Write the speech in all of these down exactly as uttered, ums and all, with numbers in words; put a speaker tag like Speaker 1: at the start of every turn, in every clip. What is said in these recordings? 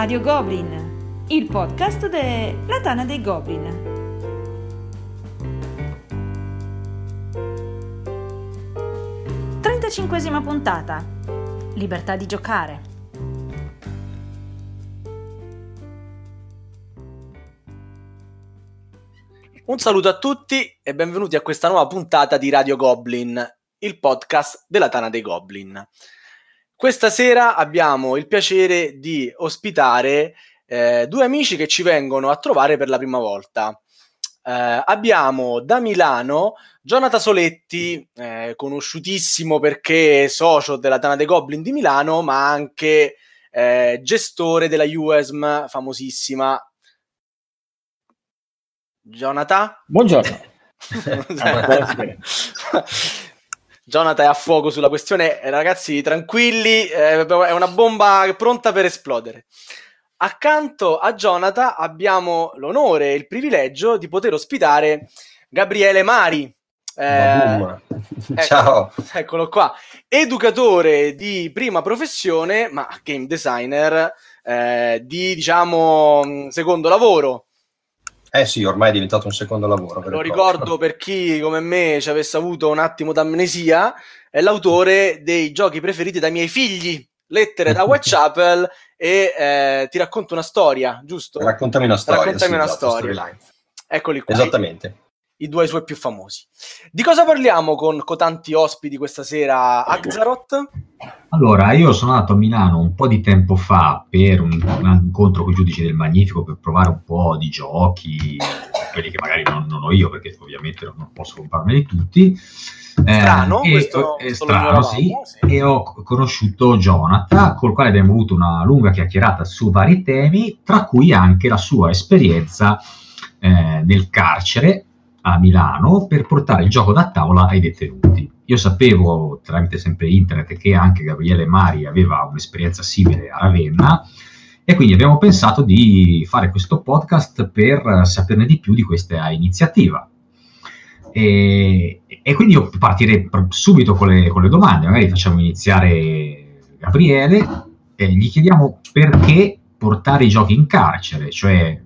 Speaker 1: Radio Goblin, il podcast della Tana dei Goblin. trentacinquesima puntata. Libertà di giocare.
Speaker 2: Un saluto a tutti e benvenuti a questa nuova puntata di Radio Goblin, il podcast della Tana dei Goblin. Questa sera abbiamo il piacere di ospitare eh, due amici che ci vengono a trovare per la prima volta. Eh, abbiamo da Milano Jonathan Soletti, eh, conosciutissimo perché socio della Tana dei Goblin di Milano, ma anche eh, gestore della U E S M famosissima. Jonathan?
Speaker 3: Buongiorno.
Speaker 2: Jonathan è a fuoco sulla questione, ragazzi tranquilli, eh, è una bomba pronta per esplodere. Accanto a Jonathan abbiamo l'onore e il privilegio di poter ospitare Gabriele Mari. Eh, ecco,
Speaker 4: Ciao.
Speaker 2: Eccolo qua, educatore di prima professione, ma game designer eh, di, diciamo, secondo lavoro.
Speaker 4: Eh sì, ormai è diventato un secondo lavoro.
Speaker 2: Lo ricordo per chi come me ci avesse avuto un attimo d'amnesia, è l'autore dei giochi preferiti dai miei figli, Lettere da Whitechapel e eh, Ti racconto una storia, giusto?
Speaker 4: Raccontami una storia.
Speaker 2: Raccontami
Speaker 4: sì,
Speaker 2: una
Speaker 4: esatto,
Speaker 2: storia. Eccoli qua.
Speaker 4: Esattamente.
Speaker 2: I, i due suoi più famosi. Di cosa parliamo con, con tanti ospiti questa sera, Axaroth?
Speaker 5: Allora, io sono andato a Milano un po' di tempo fa per un, un incontro con i giudici del Magnifico per provare un po' di giochi, quelli che magari non, non ho io, perché ovviamente non posso comprarmeli tutti.
Speaker 2: Strano,
Speaker 5: eh,
Speaker 2: questo
Speaker 5: è strano, sì. sì. E ho conosciuto Jonathan, col quale abbiamo avuto una lunga chiacchierata su vari temi, tra cui anche la sua esperienza eh, nel carcere a Milano per portare il gioco da tavola ai detenuti. Io sapevo tramite sempre internet che anche Gabriele Mari aveva un'esperienza simile a Ravenna e quindi abbiamo pensato di fare questo podcast per saperne di più di questa iniziativa. E, e quindi io partirei subito con le, con le domande. Magari facciamo iniziare Gabriele e gli chiediamo perché portare i giochi in carcere, cioè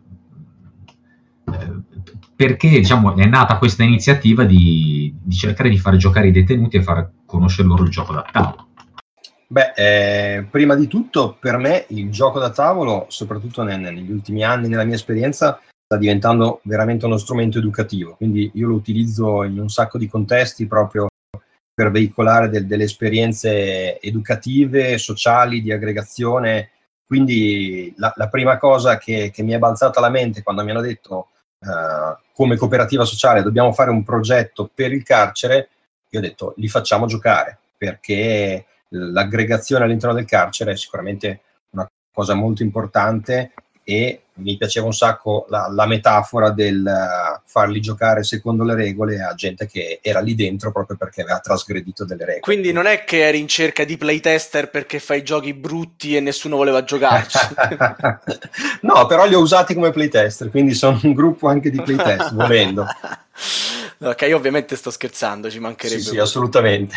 Speaker 5: eh, perché diciamo è nata questa iniziativa di, di cercare di fare giocare i detenuti e far conoscere loro il gioco da tavolo.
Speaker 4: Beh, eh, prima di tutto per me il gioco da tavolo, soprattutto nel, negli ultimi anni, nella mia esperienza, sta diventando veramente uno strumento educativo, quindi io lo utilizzo in un sacco di contesti proprio per veicolare del, delle esperienze educative, sociali, di aggregazione. Quindi la, la prima cosa che, che mi è balzata alla mente quando mi hanno detto Uh, come cooperativa sociale dobbiamo fare un progetto per il carcere, io ho detto li facciamo giocare, perché l'aggregazione all'interno del carcere è sicuramente una cosa molto importante e mi piaceva un sacco la, la metafora del uh, farli giocare secondo le regole a gente che era lì dentro proprio perché aveva trasgredito delle regole.
Speaker 2: Quindi non è che eri in cerca di playtester perché fai giochi brutti e nessuno voleva giocarci.
Speaker 4: No, però li ho usati come playtester, quindi sono un gruppo anche di playtest, volendo.
Speaker 2: Ok, io ovviamente sto scherzando, ci mancherebbe.
Speaker 4: Sì, sì, assolutamente.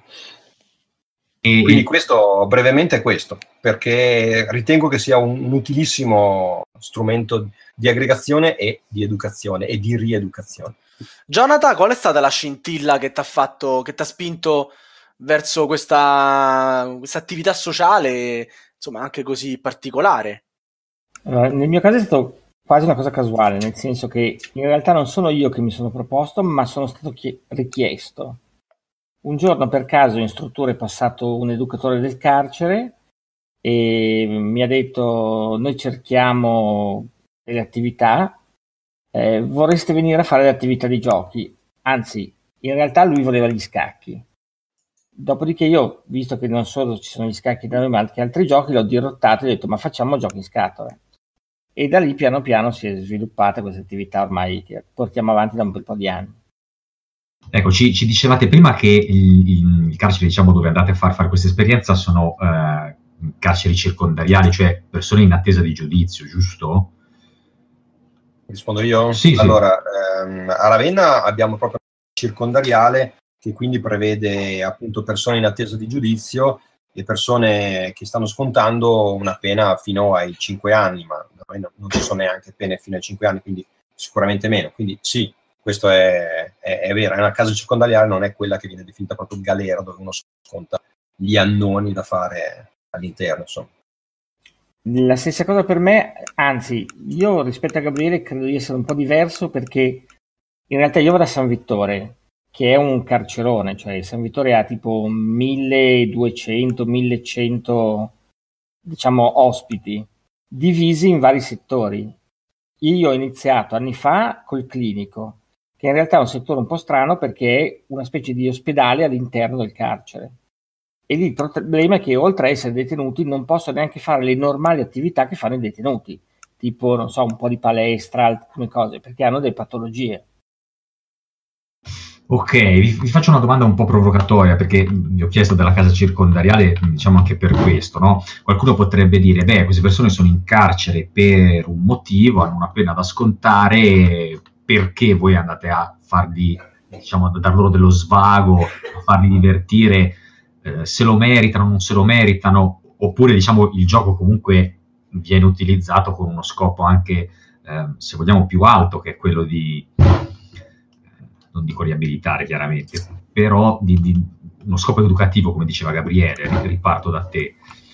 Speaker 5: E,
Speaker 4: Quindi
Speaker 5: e...
Speaker 4: questo brevemente è questo, perché ritengo che sia un, un utilissimo strumento di aggregazione e di educazione e di rieducazione.
Speaker 2: Jonathan, qual è stata la scintilla che ti ha fatto, che ti ha spinto verso questa, questa attività sociale, insomma, anche così particolare?
Speaker 3: Allora, nel mio caso è stato quasi una cosa casuale, nel senso che in realtà non sono io che mi sono proposto, ma sono stato chie- richiesto. Un giorno per caso in struttura è passato un educatore del carcere e mi ha detto: noi cerchiamo delle attività, eh, vorreste venire a fare le attività di giochi? Anzi, in realtà lui voleva gli scacchi. Dopodiché io, visto che non solo ci sono gli scacchi da noi ma anche altri giochi, l'ho dirottato e ho detto: ma facciamo giochi in scatole. E da lì piano piano si è sviluppata questa attività ormai che portiamo avanti da un bel po' di anni.
Speaker 5: Ecco, ci, ci dicevate prima che il, il, il carcere, diciamo, dove andate a far fare questa esperienza sono eh, carceri circondariali, cioè persone in attesa di giudizio, giusto?
Speaker 4: Rispondo io?
Speaker 5: Sì,
Speaker 4: allora,
Speaker 5: sì.
Speaker 4: Ehm, a Ravenna abbiamo proprio un circondariale che quindi prevede appunto persone in attesa di giudizio le persone che stanno scontando una pena fino ai cinque anni, ma non, non ci sono neanche pene fino ai cinque anni, quindi sicuramente meno. Quindi sì, questo è, è, è vero, è una casa circondariale, non è quella che viene definita proprio galera, dove uno sconta gli annoni da fare all'interno, insomma.
Speaker 3: La stessa cosa per me, anzi, io rispetto a Gabriele credo di essere un po' diverso, perché in realtà io vado a San Vittore, che è un carcerone, cioè San Vittore ha tipo milleduecento millecento, diciamo, ospiti, divisi in vari settori. Io ho iniziato anni fa col clinico, che in realtà è un settore un po' strano perché è una specie di ospedale all'interno del carcere. E lì il problema è che oltre a essere detenuti non possono neanche fare le normali attività che fanno i detenuti, tipo, non so, un po' di palestra, alcune cose, perché hanno delle patologie.
Speaker 5: Ok, vi, vi faccio una domanda un po' provocatoria, perché vi ho chiesto della casa circondariale, diciamo anche per questo, no? Qualcuno potrebbe dire, beh, queste persone sono in carcere per un motivo, hanno una pena da scontare, perché voi andate a farli, diciamo, a dar loro dello svago, a farli divertire, eh, se lo meritano, non se lo meritano, oppure, diciamo, il gioco comunque viene utilizzato con uno scopo anche, eh, se vogliamo, più alto, che è quello di... non dico riabilitare chiaramente, però di, di uno scopo educativo, come diceva Gabriele. Riparto da te.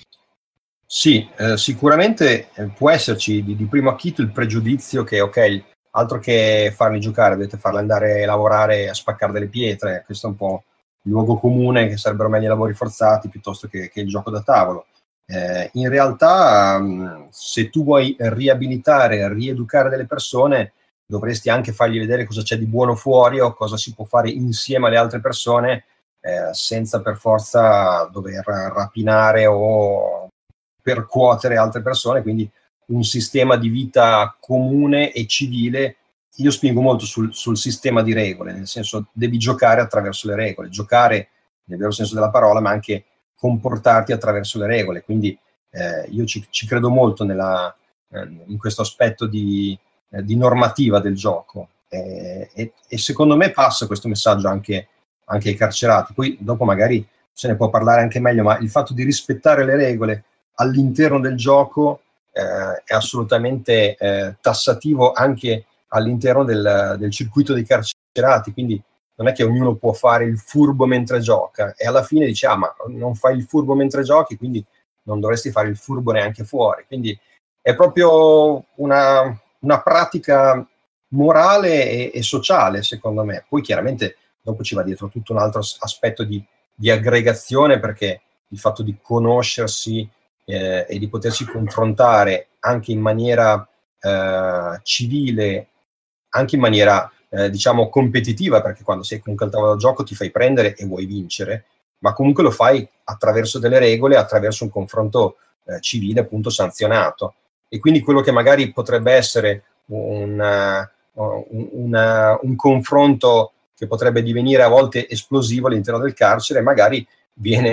Speaker 4: Sì, eh, sicuramente eh, può esserci di, di primo acchito il pregiudizio che, ok, altro che farli giocare, dovete farli andare a lavorare a spaccare delle pietre. Questo è un po' il luogo comune, che sarebbero meglio i lavori forzati piuttosto che, che il gioco da tavolo. Eh, in realtà, mh, se tu vuoi riabilitare, rieducare delle persone, dovresti anche fargli vedere cosa c'è di buono fuori o cosa si può fare insieme alle altre persone, eh, senza per forza dover rapinare o percuotere altre persone. Quindi un sistema di vita comune e civile. Io spingo molto sul, sul sistema di regole, nel senso, devi giocare attraverso le regole, giocare nel vero senso della parola, ma anche comportarti attraverso le regole. Quindi eh, io ci, ci credo molto nella, eh, in questo aspetto di di normativa del gioco, eh, e, e secondo me passa questo messaggio anche, anche ai carcerati. Poi dopo magari se ne può parlare anche meglio, ma il fatto di rispettare le regole all'interno del gioco eh, è assolutamente eh, tassativo anche all'interno del, del circuito dei carcerati. Quindi non è che ognuno può fare il furbo mentre gioca, e alla fine dice, ah, ma non fai il furbo mentre giochi, quindi non dovresti fare il furbo neanche fuori. Quindi è proprio una una pratica morale e, e sociale, secondo me. Poi chiaramente dopo ci va dietro tutto un altro aspetto di, di aggregazione, perché il fatto di conoscersi eh, e di potersi confrontare anche in maniera eh, civile, anche in maniera eh, diciamo competitiva, perché quando sei comunque al tavolo da gioco ti fai prendere e vuoi vincere, ma comunque lo fai attraverso delle regole, attraverso un confronto eh, civile, appunto, sanzionato. E quindi quello che magari potrebbe essere un, un, un, un confronto che potrebbe divenire a volte esplosivo all'interno del carcere, magari viene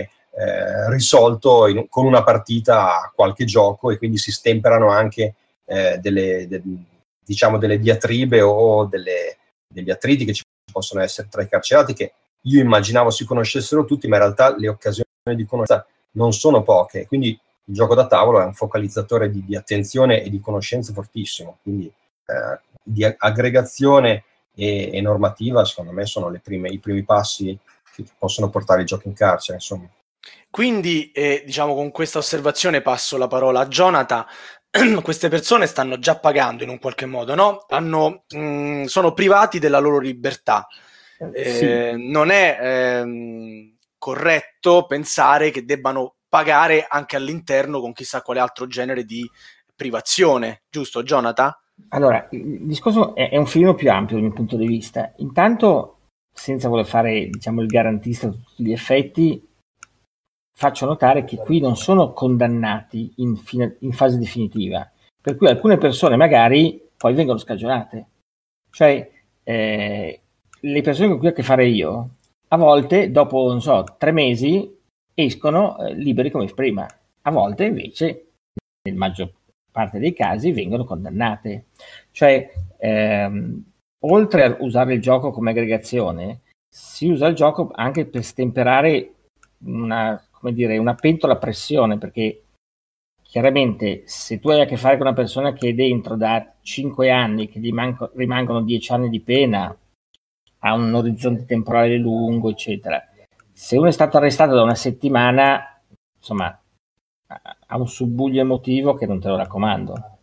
Speaker 4: eh, risolto in, con una partita a qualche gioco, e quindi si stemperano anche eh, delle, de, diciamo delle diatribe o delle, degli attriti che ci possono essere tra i carcerati, che io immaginavo si conoscessero tutti, ma in realtà le occasioni di conoscenza non sono poche. Quindi il gioco da tavolo è un focalizzatore di, di attenzione e di conoscenza fortissimo, quindi eh, di aggregazione e, e normativa, secondo me, sono le prime, i primi passi che possono portare il gioco in carcere, insomma.
Speaker 2: Quindi, eh, diciamo, con questa osservazione passo la parola a Jonathan. Queste persone stanno già pagando in un qualche modo, no? Hanno, mh, sono privati della loro libertà. Eh, sì. Non è ehm, corretto pensare che debbano pagare anche all'interno con chissà quale altro genere di privazione, giusto, Jonathan?
Speaker 3: Allora, il discorso è, è un filino più ampio dal mio punto di vista. Intanto, senza voler fare, diciamo, il garantista a tutti gli effetti, faccio notare che qui non sono condannati in, fine, in fase definitiva, per cui alcune persone magari poi vengono scagionate. Cioè, eh, le persone con cui ho a che fare io, a volte, dopo, non so, tre mesi, escono eh, liberi come prima. A volte, invece, nella maggior parte dei casi, vengono condannate. Cioè, ehm, oltre a usare il gioco come aggregazione, si usa il gioco anche per stemperare una come dire, una pentola a pressione, perché chiaramente se tu hai a che fare con una persona che è dentro da cinque anni, che gli manco, rimangono dieci anni di pena, ha un orizzonte temporale lungo, eccetera. Se uno è stato arrestato da una settimana, insomma, ha un subbuglio emotivo che non te lo raccomando.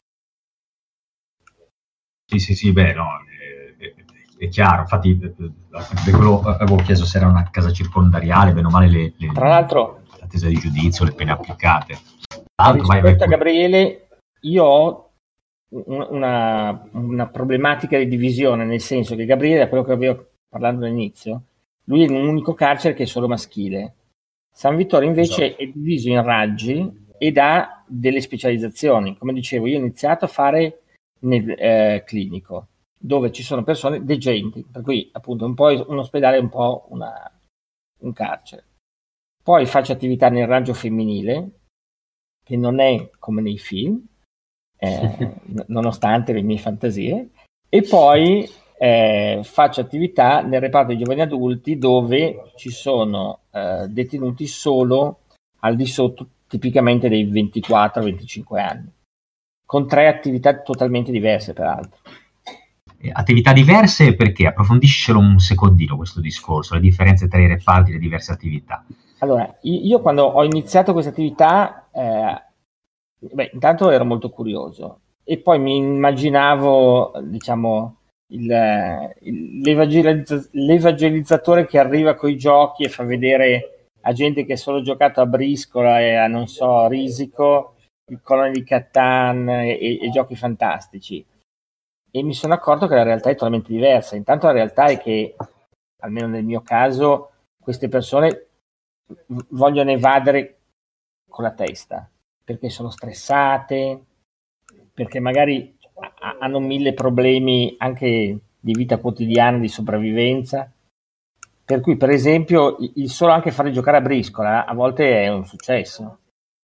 Speaker 5: Sì, sì, sì, beh, no, è, è chiaro. Infatti, per quello avevo chiesto se era una casa circondariale, bene o male, le, le,
Speaker 3: tra l'altro,
Speaker 5: l'attesa di giudizio, le pene applicate.
Speaker 3: Altro, rispetto vai, vai, a Gabriele, io ho una, una problematica di divisione, nel senso che Gabriele, da quello che avevo parlato all'inizio, lui è in un unico carcere che è solo maschile. San Vittorio invece esatto. È diviso in raggi ed ha delle specializzazioni. Come dicevo, io ho iniziato a fare nel eh, clinico, dove ci sono persone degenti, per cui appunto un po' un ospedale, un po' una, un carcere. Poi faccio attività nel raggio femminile, che non è come nei film, eh, nonostante le mie fantasie, e poi eh, faccio attività nel reparto dei giovani adulti, dove ci sono eh, detenuti solo al di sotto tipicamente dei ventiquattro venticinque anni, con tre attività totalmente diverse peraltro.
Speaker 5: Attività diverse perché? Approfondiscelo un secondino questo discorso, le differenze tra i reparti e le diverse attività.
Speaker 3: Allora, io quando ho iniziato questa attività, eh, beh, intanto ero molto curioso e poi mi immaginavo, diciamo, il, il, l'evangelizz- l'evangelizzatore che arriva coi giochi e fa vedere a gente che ha solo giocato a briscola e a, non so, risico, il Colone di Catan e, e giochi fantastici. E mi sono accorto che la realtà è totalmente diversa. Intanto la realtà è che, almeno nel mio caso, queste persone vogliono evadere con la testa, perché sono stressate, perché magari a- hanno mille problemi anche di vita quotidiana, di sopravvivenza. Per cui, per esempio, il solo anche fare giocare a briscola a volte è un successo.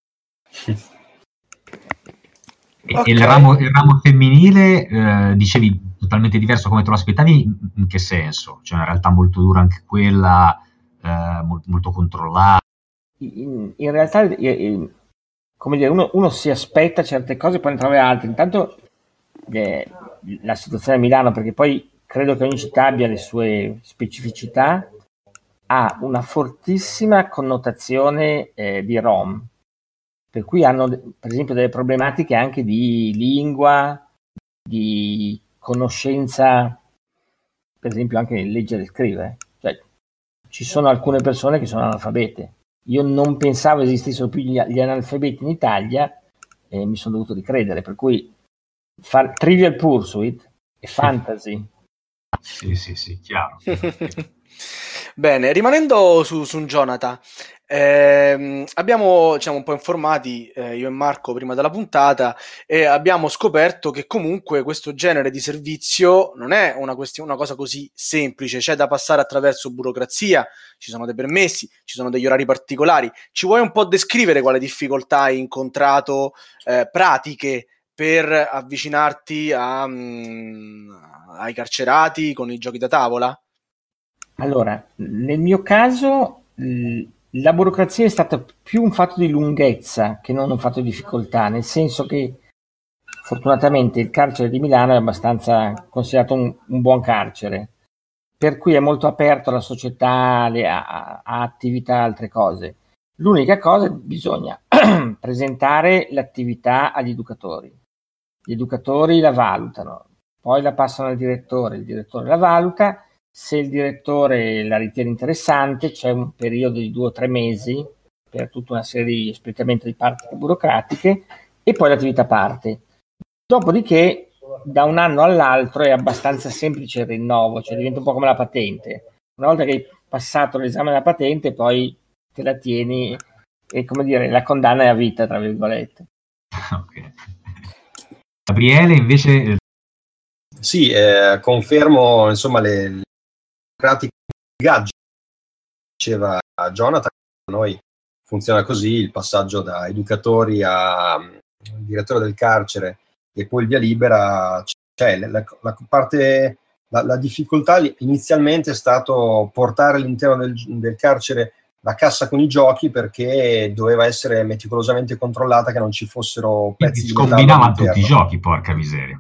Speaker 5: E okay. il, ramo, il ramo femminile, eh, dicevi, totalmente diverso come te lo aspettavi, in che senso? Cioè una realtà molto dura anche quella, eh, molto, molto controllata?
Speaker 3: In, in realtà, eh, come dire, uno, uno si aspetta certe cose e poi ne trova altre. Intanto eh, la situazione a Milano, perché poi credo che ogni città abbia le sue specificità, ha una fortissima connotazione eh, di rom. Per cui hanno, per esempio, delle problematiche anche di lingua, di conoscenza, per esempio anche nel leggere e scrivere. Cioè, ci sono alcune persone che sono analfabete. Io non pensavo esistessero più gli, gli analfabeti in Italia e mi sono dovuto ricredere. Per cui far Trivial Pursuit e Fantasy.
Speaker 5: Sì, sì, sì, chiaro.
Speaker 2: Bene, rimanendo su, su Jonathan, ehm, abbiamo, diciamo, un po' informati, eh, io e Marco, prima della puntata, e abbiamo scoperto che comunque questo genere di servizio non è una, questione, una cosa così semplice, c'è da passare attraverso burocrazia, ci sono dei permessi, ci sono degli orari particolari. Ci vuoi un po' descrivere quale difficoltà hai incontrato, eh, pratiche, per avvicinarti a, um, ai carcerati con i giochi da tavola?
Speaker 3: Allora, nel mio caso la burocrazia è stata più un fatto di lunghezza che non un fatto di difficoltà, nel senso che fortunatamente il carcere di Milano è abbastanza considerato un, un buon carcere, per cui è molto aperto alla società, alle, a, a attività, altre cose. L'unica cosa è che bisogna presentare l'attività agli educatori. Gli educatori la valutano, poi la passano al direttore, il direttore la valuta. Se il direttore la ritiene interessante, c'è un periodo di due o tre mesi per tutta una serie di espletamento di pratiche burocratiche e poi l'attività parte. Dopodiché, da un anno all'altro è abbastanza semplice il rinnovo, cioè diventa un po' come la patente. Una volta che hai passato l'esame della patente, poi te la tieni e, come dire, la condanna è a vita, tra virgolette.
Speaker 5: Ok. Gabriele, invece...
Speaker 4: Sì, eh, confermo, insomma, le... le pratiche gadget, diceva Jonathan, noi funziona così, il passaggio da educatori a um, direttore del carcere e poi il via libera, cioè la, la parte, la, la difficoltà inizialmente è stato portare all'interno del, del carcere la cassa con i giochi perché doveva essere meticolosamente controllata, che non ci fossero pezzi di metallo
Speaker 5: scombinavano tutti i giochi, porca miseria.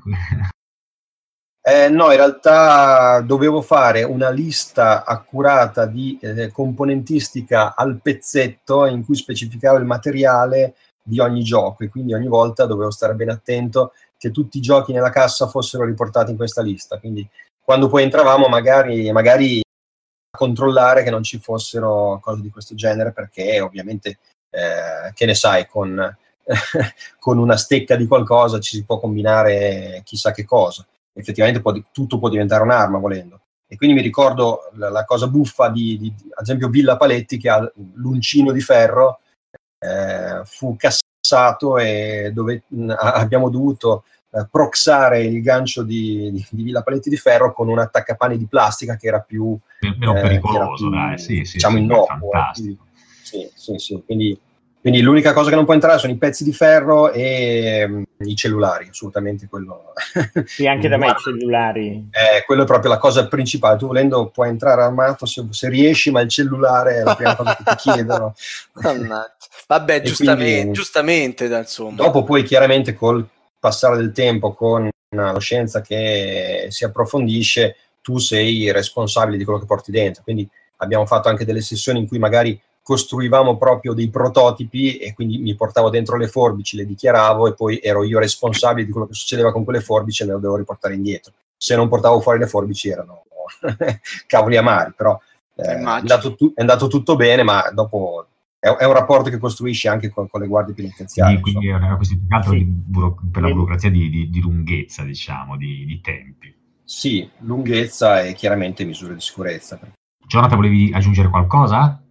Speaker 4: Eh, no, in realtà dovevo fare una lista accurata di eh, componentistica al pezzetto in cui specificavo il materiale di ogni gioco, e quindi ogni volta dovevo stare ben attento che tutti i giochi nella cassa fossero riportati in questa lista. Quindi quando poi entravamo magari, magari a controllare che non ci fossero cose di questo genere, perché ovviamente eh, che ne sai, con, con una stecca di qualcosa ci si può combinare chissà che cosa. Effettivamente può, tutto può diventare un'arma volendo. E quindi mi ricordo la, la cosa buffa di, di, ad esempio, Villa Paletti, che ha l'uncino di ferro, eh, fu cassato e dove mh, abbiamo dovuto eh, proxare il gancio di, di, di Villa Paletti di ferro con un attaccapani di plastica che era più
Speaker 5: meno
Speaker 4: eh,
Speaker 5: pericoloso,
Speaker 4: più,
Speaker 5: dai, sì, sì,
Speaker 4: diciamo
Speaker 5: sì,
Speaker 4: innocuo.
Speaker 5: fantastico.
Speaker 4: Sì, sì, sì, quindi Quindi l'unica cosa che non può entrare sono i pezzi di ferro e um, i cellulari, assolutamente quello.
Speaker 3: Sì, anche da me i cellulari.
Speaker 4: Eh, quello è proprio la cosa principale. Tu volendo puoi entrare armato se, se riesci, ma il cellulare è la prima cosa che ti chiedono.
Speaker 2: Vabbè, giustamente,
Speaker 4: quindi,
Speaker 2: giustamente insomma.
Speaker 4: Dopo poi chiaramente col passare del tempo, con una scienza che si approfondisce, tu sei responsabile di quello che porti dentro. Quindi abbiamo fatto anche delle sessioni in cui magari costruivamo proprio dei prototipi e quindi mi portavo dentro le forbici, le dichiaravo e poi ero io responsabile di quello che succedeva con quelle forbici e me lo dovevo riportare indietro. Se non portavo fuori le forbici erano cavoli amari, però eh, è, andato tu- è andato tutto bene, ma dopo è, è un rapporto che costruisci anche con, con le guardie penitenziarie.
Speaker 5: Quindi, quindi era questo più altro di buro- per la burocrazia di, di, di lunghezza, diciamo, di, di tempi.
Speaker 4: Sì, lunghezza e chiaramente misure di sicurezza.
Speaker 5: Jonathan, volevi aggiungere qualcosa?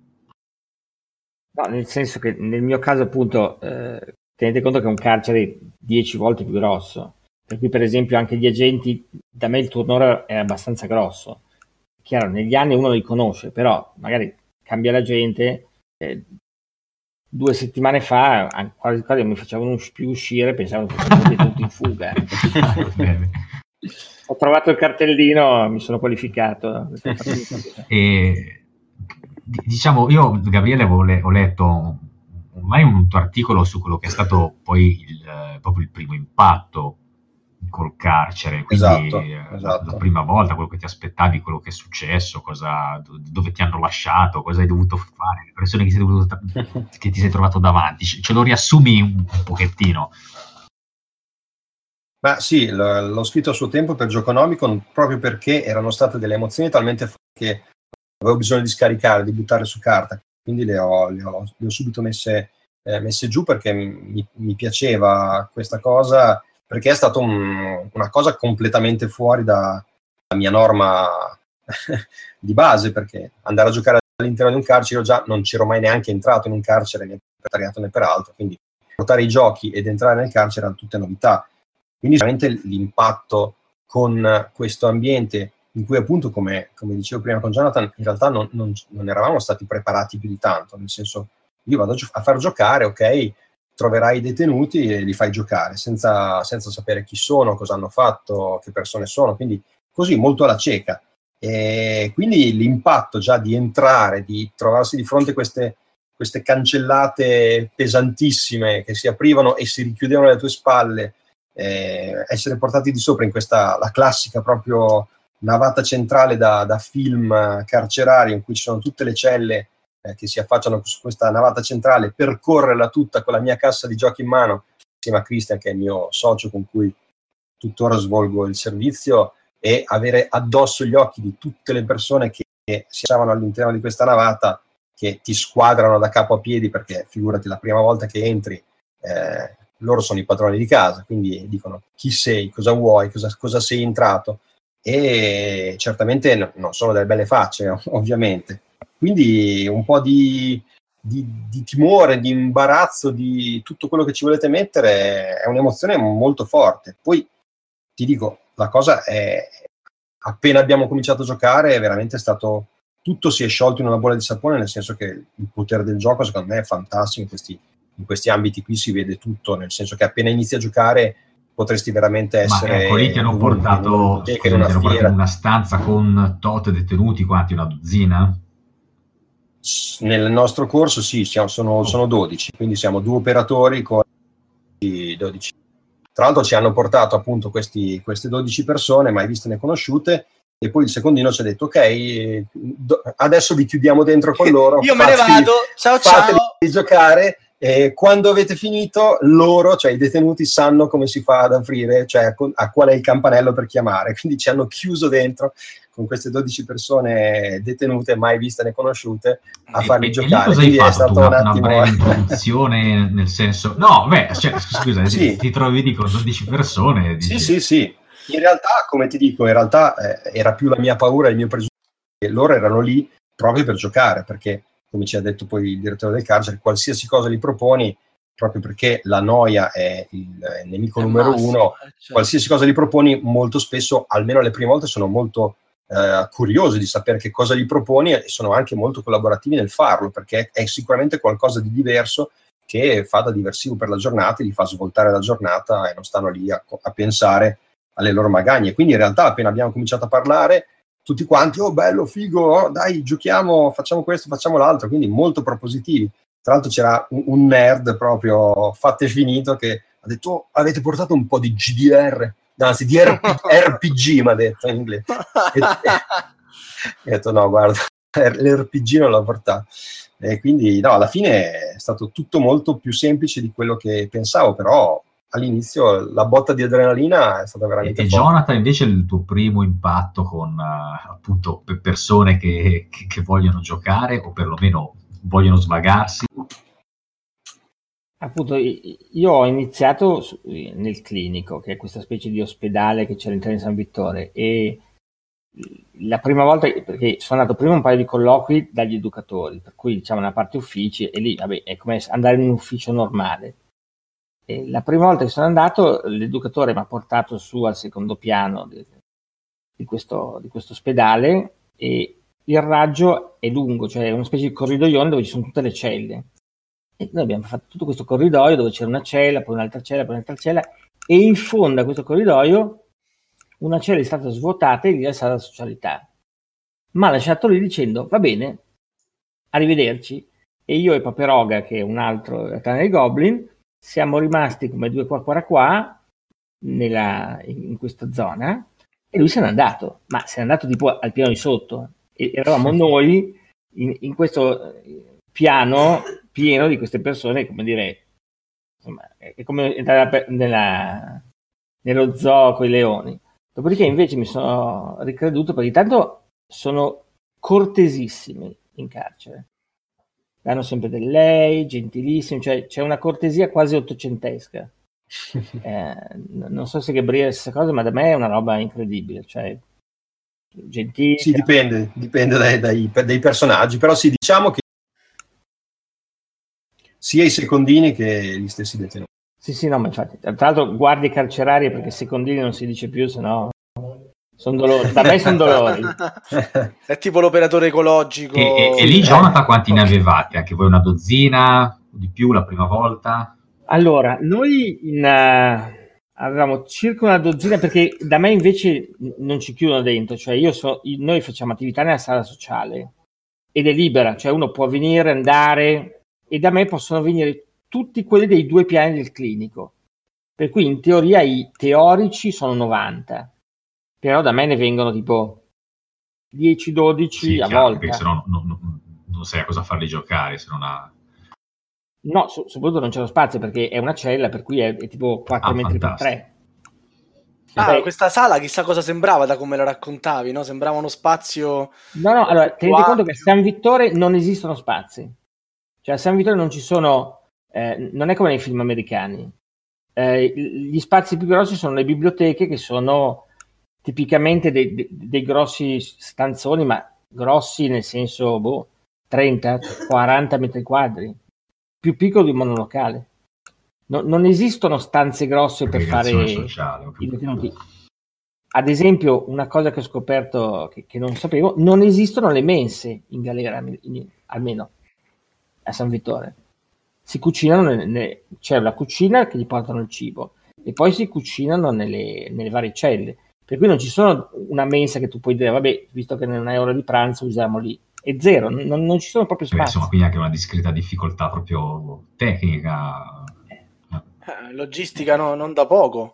Speaker 3: No, nel senso che nel mio caso appunto eh, tenete conto che è un carcere dieci volte più grosso, per cui per esempio anche gli agenti, da me il turnover è abbastanza grosso. Chiaro, negli anni uno li conosce, però magari cambia la gente. Eh, due settimane fa quasi quasi mi facevano più uscire, pensavo che fossero tutti in fuga. Ho trovato il cartellino, mi sono qualificato.
Speaker 5: E diciamo, io, Gabriele, ho, le, ho letto ormai un tuo articolo su quello che è stato poi il, proprio il primo impatto col carcere, quindi
Speaker 4: esatto,
Speaker 5: eh,
Speaker 4: esatto.
Speaker 5: la prima volta, quello che ti aspettavi, quello che è successo, cosa, dove ti hanno lasciato, cosa hai dovuto fare, le persone che, sei dovuto, che ti sei trovato davanti, ce lo riassumi un, un pochettino?
Speaker 4: Ma sì, l- l'ho scritto a suo tempo per Gioconomicon proprio perché erano state delle emozioni talmente forti che avevo bisogno di scaricare, di buttare su carta, quindi le ho, le ho, le ho subito messe, eh, messe giù perché mi, mi piaceva questa cosa, perché è stata un, una cosa completamente fuori dalla mia norma di base, perché andare a giocare all'interno di un carcere, io già non c'ero mai neanche entrato in un carcere, né per tariato né per altro, quindi portare i giochi ed entrare nel carcere erano tutte novità. Quindi veramente l'impatto con questo ambiente in cui appunto, come, come dicevo prima con Jonathan, in realtà non, non, non eravamo stati preparati più di tanto, nel senso, io vado a, gio- a far giocare, ok, troverai i detenuti e li fai giocare, senza, senza sapere chi sono, cosa hanno fatto, che persone sono, quindi così, molto alla cieca. E quindi l'impatto già di entrare, di trovarsi di fronte a queste, queste cancellate pesantissime che si aprivano e si richiudevano alle tue spalle, eh, essere portati di sopra in questa, la classica proprio navata centrale da, da film carcerario in cui ci sono tutte le celle eh, che si affacciano su questa navata centrale, percorrerla tutta con la mia cassa di giochi in mano, insieme a Christian che è il mio socio con cui tuttora svolgo il servizio, e avere addosso gli occhi di tutte le persone che, che si trovano all'interno di questa navata, che ti squadrano da capo a piedi, perché figurati, la prima volta che entri eh, loro sono i padroni di casa, quindi dicono chi sei, cosa vuoi, cosa, cosa sei entrato, e certamente no, non sono delle belle facce ovviamente, quindi un po' di, di, di timore, di imbarazzo, di tutto quello che ci volete mettere, è un'emozione molto forte. Poi ti dico, la cosa è, appena abbiamo cominciato a giocare è veramente stato, tutto si è sciolto in una bolla di sapone, nel senso che il potere del gioco secondo me è fantastico, in questi in questi ambiti qui si vede tutto, nel senso che appena inizi a giocare potresti veramente essere...
Speaker 5: Ma ecco, lì ti hanno portato, scusami, ti hanno portato in una stanza con tot detenuti, quanti? Una dozzina?
Speaker 4: nel nostro corso sì, siamo, sono, sono dodici, quindi siamo due operatori con dodici. Tra l'altro ci hanno portato appunto questi, queste dodici persone, mai viste né conosciute, e poi il secondino ci ha detto ok, do, adesso vi chiudiamo dentro con loro.
Speaker 2: Io me ne vado, ciao ciao.
Speaker 4: Giocare. E quando avete finito, loro, cioè i detenuti, sanno come si fa ad aprire, cioè a qual è il campanello per chiamare. Quindi ci hanno chiuso dentro con queste dodici persone detenute, mai viste né conosciute, a farli
Speaker 5: e,
Speaker 4: giocare.
Speaker 5: E cosa
Speaker 4: quindi
Speaker 5: hai
Speaker 4: è
Speaker 5: fatto?
Speaker 4: stato
Speaker 5: Una,
Speaker 4: un attimo...
Speaker 5: una breve introduzione, nel senso... No, beh, cioè, scusa,
Speaker 4: sì.
Speaker 5: ti trovi lì con dodici persone.
Speaker 4: Sì,
Speaker 5: Dici...
Speaker 4: sì, sì. In realtà, come ti dico, in realtà eh, era più la mia paura, il mio pregiudizio, che loro erano lì proprio per giocare, perché, come ci ha detto poi il direttore del carcere, qualsiasi cosa li proponi, proprio perché la noia è il, è il nemico è numero massimo, uno, certo. Qualsiasi cosa li proponi, molto spesso, almeno le prime volte, sono molto eh, curiosi di sapere che cosa gli proponi e sono anche molto collaborativi nel farlo, perché è sicuramente qualcosa di diverso che fa da diversivo per la giornata, li fa svoltare la giornata e non stanno lì a, a pensare alle loro magagne. Quindi in realtà appena abbiamo cominciato a parlare, tutti quanti, oh bello, figo, oh, dai, giochiamo, facciamo questo, facciamo l'altro, quindi molto propositivi. Tra l'altro c'era un, un nerd proprio fatto e finito che ha detto, oh, avete portato un po' di G D R, anzi di R P G, mi ha detto in inglese. E, e, ho detto no, guarda, l'R P G non l'ho portato. E quindi no, alla fine è stato tutto molto più semplice di quello che pensavo, però all'inizio la botta di adrenalina è stata veramente
Speaker 5: e, e
Speaker 4: forte.
Speaker 5: Jonathan, invece, il tuo primo impatto con uh, appunto persone che, che, che vogliono giocare o perlomeno vogliono svagarsi?
Speaker 3: Appunto, io ho iniziato nel clinico, che è questa specie di ospedale che c'è all'interno di San Vittore, e la prima volta, perché sono andato prima un paio di colloqui dagli educatori, per cui diciamo una parte uffici, e lì vabbè, è come andare in un ufficio normale. E la prima volta che sono andato, l'educatore mi ha portato su al secondo piano di, di, questo, di questo ospedale, e il raggio è lungo, cioè è una specie di corridoione dove ci sono tutte le celle. E noi abbiamo fatto tutto questo corridoio dove c'era una cella, poi un'altra cella, poi un'altra cella, e in fondo a questo corridoio una cella è stata svuotata e lì è stata la socialità. Ma ha lasciato lì dicendo, va bene, arrivederci. E io e Paperoga, che è un altro la Tana dei Goblin, siamo rimasti come due qua qua qua nella, in questa zona, e lui se n'è andato, ma se n'è andato tipo al piano di sotto, e eravamo noi in, in questo piano pieno di queste persone, come dire, insomma, è come entrare nella, nello zoo con i leoni. Dopodiché invece mi sono ricreduto, perché tanto sono cortesissimi in carcere, danno sempre del lei, gentilissimi, cioè c'è una cortesia quasi ottocentesca. Eh, non so se Gabriele è la stessa cosa, ma da me è una roba incredibile, cioè gentile.
Speaker 4: Sì, dipende, dipende dai, dai, dai personaggi, però sì, diciamo che sia i secondini che gli stessi detenuti.
Speaker 3: Sì, sì, no, ma infatti, tra l'altro guardie carcerarie, perché secondini non si dice più, sennò sono dolori, da me sono dolori.
Speaker 2: È tipo l'operatore ecologico.
Speaker 5: E, e, e lì, Jonathan, quanti ne avevate? Anche voi una dozzina, di più la prima volta?
Speaker 3: Allora, noi in, uh, avevamo circa una dozzina, perché da me invece non ci chiudono dentro, cioè io so, noi facciamo attività nella sala sociale ed è libera, cioè uno può venire, andare, e da me possono venire tutti quelli dei due piani del clinico, per cui in teoria i teorici sono novanta, però da me ne vengono tipo dieci dodici
Speaker 5: sì,
Speaker 3: a
Speaker 5: chiaro,
Speaker 3: volta.
Speaker 5: Perché se no non, non, non sai a cosa farli giocare, se non ha...
Speaker 3: No, so, soprattutto non c'è lo spazio, perché è una cella, per cui è, è tipo quattro
Speaker 5: ah,
Speaker 3: metri
Speaker 5: fantastico.
Speaker 3: per tre.
Speaker 2: Ah,
Speaker 3: Beh,
Speaker 2: questa sala chissà cosa sembrava da come la raccontavi, no? Sembrava uno spazio...
Speaker 3: No, no, allora, tenete conto che a San Vittore non esistono spazi. Cioè a San Vittore non ci sono, eh, non è come nei film americani. Eh, gli spazi più grossi sono le biblioteche, che sono tipicamente dei, dei, dei grossi stanzoni, ma grossi nel senso, boh, trenta quaranta metri quadri, più piccolo di un monolocale. No, non esistono stanze grosse per fare
Speaker 5: sociale,
Speaker 3: i detenuti. Ad esempio, una cosa che ho scoperto che, che non sapevo, non esistono le mense in galera, in, almeno a San Vittore. Si cucinano, nelle, nelle, c'è la cucina che gli portano il cibo e poi si cucinano nelle, nelle varie celle, per cui non ci sono una mensa che tu puoi dire vabbè, visto che non è ora di pranzo usiamo lì, è zero, non, non ci sono proprio
Speaker 5: Beh,
Speaker 3: spazi.
Speaker 5: insomma, quindi anche una discreta difficoltà proprio tecnica.
Speaker 2: Eh, logistica no, non da poco.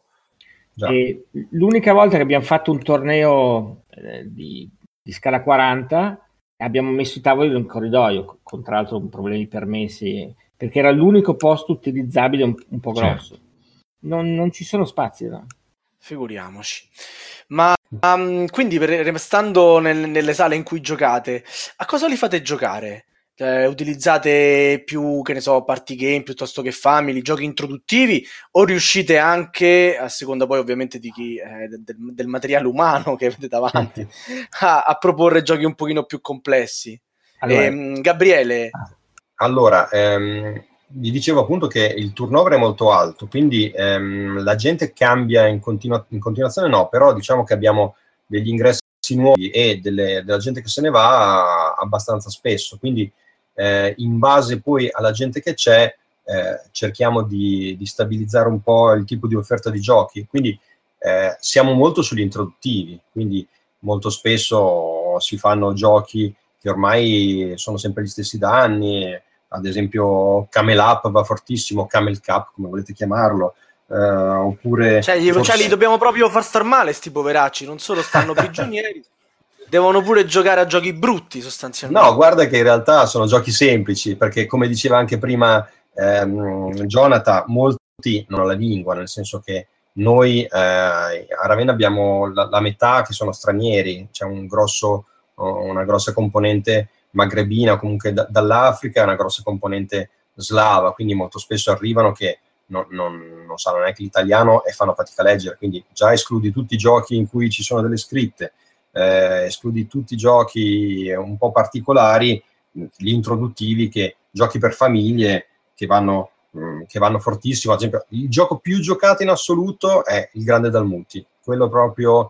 Speaker 3: E l'unica volta che abbiamo fatto un torneo eh, di, di scala quaranta, abbiamo messo i tavoli in un corridoio, con tra l'altro problemi permessi, perché era l'unico posto utilizzabile un, un po' grosso. Certo. Non, non ci sono spazi, no?
Speaker 2: Figuriamoci. Ma um, quindi, per, restando nel, nelle sale in cui giocate, a cosa li fate giocare? Eh, utilizzate più, che ne so, party game piuttosto che family, giochi introduttivi, o riuscite anche, a seconda poi ovviamente di chi, eh, del, del materiale umano che avete davanti, a, a proporre giochi un pochino più complessi? Allora, ehm, Gabriele?
Speaker 4: Allora, ehm, vi dicevo appunto che il turnover è molto alto, quindi ehm, la gente cambia in, continua- in continuazione, no, però diciamo che abbiamo degli ingressi nuovi e delle, della gente che se ne va abbastanza spesso, quindi Eh, in base poi alla gente che c'è eh, cerchiamo di, di stabilizzare un po' il tipo di offerta di giochi, quindi eh, siamo molto sugli introduttivi, quindi molto spesso si fanno giochi che ormai sono sempre gli stessi da anni, ad esempio Camel Up va fortissimo, Camel Cup come volete chiamarlo, eh, oppure
Speaker 2: cioè, gli, forse... cioè li dobbiamo proprio far star male sti poveracci, non solo stanno prigionieri devono pure giocare a giochi brutti sostanzialmente.
Speaker 4: No, guarda che in realtà sono giochi semplici, perché come diceva anche prima ehm, Jonathan, molti non hanno la lingua, nel senso che noi eh, a Ravenna abbiamo la, la metà che sono stranieri, c'è un grosso, una grossa componente magrebina, comunque da, dall'Africa, una grossa componente slava, quindi molto spesso arrivano che non, non, non sanno neanche l'italiano e fanno fatica a leggere, quindi già escludi tutti i giochi in cui ci sono delle scritte. Eh, escludi tutti i giochi un po' particolari, gli introduttivi, che giochi per famiglie che vanno, mh, che vanno fortissimo. Ad esempio, il gioco più giocato in assoluto è il Grande Dalmuti, quello proprio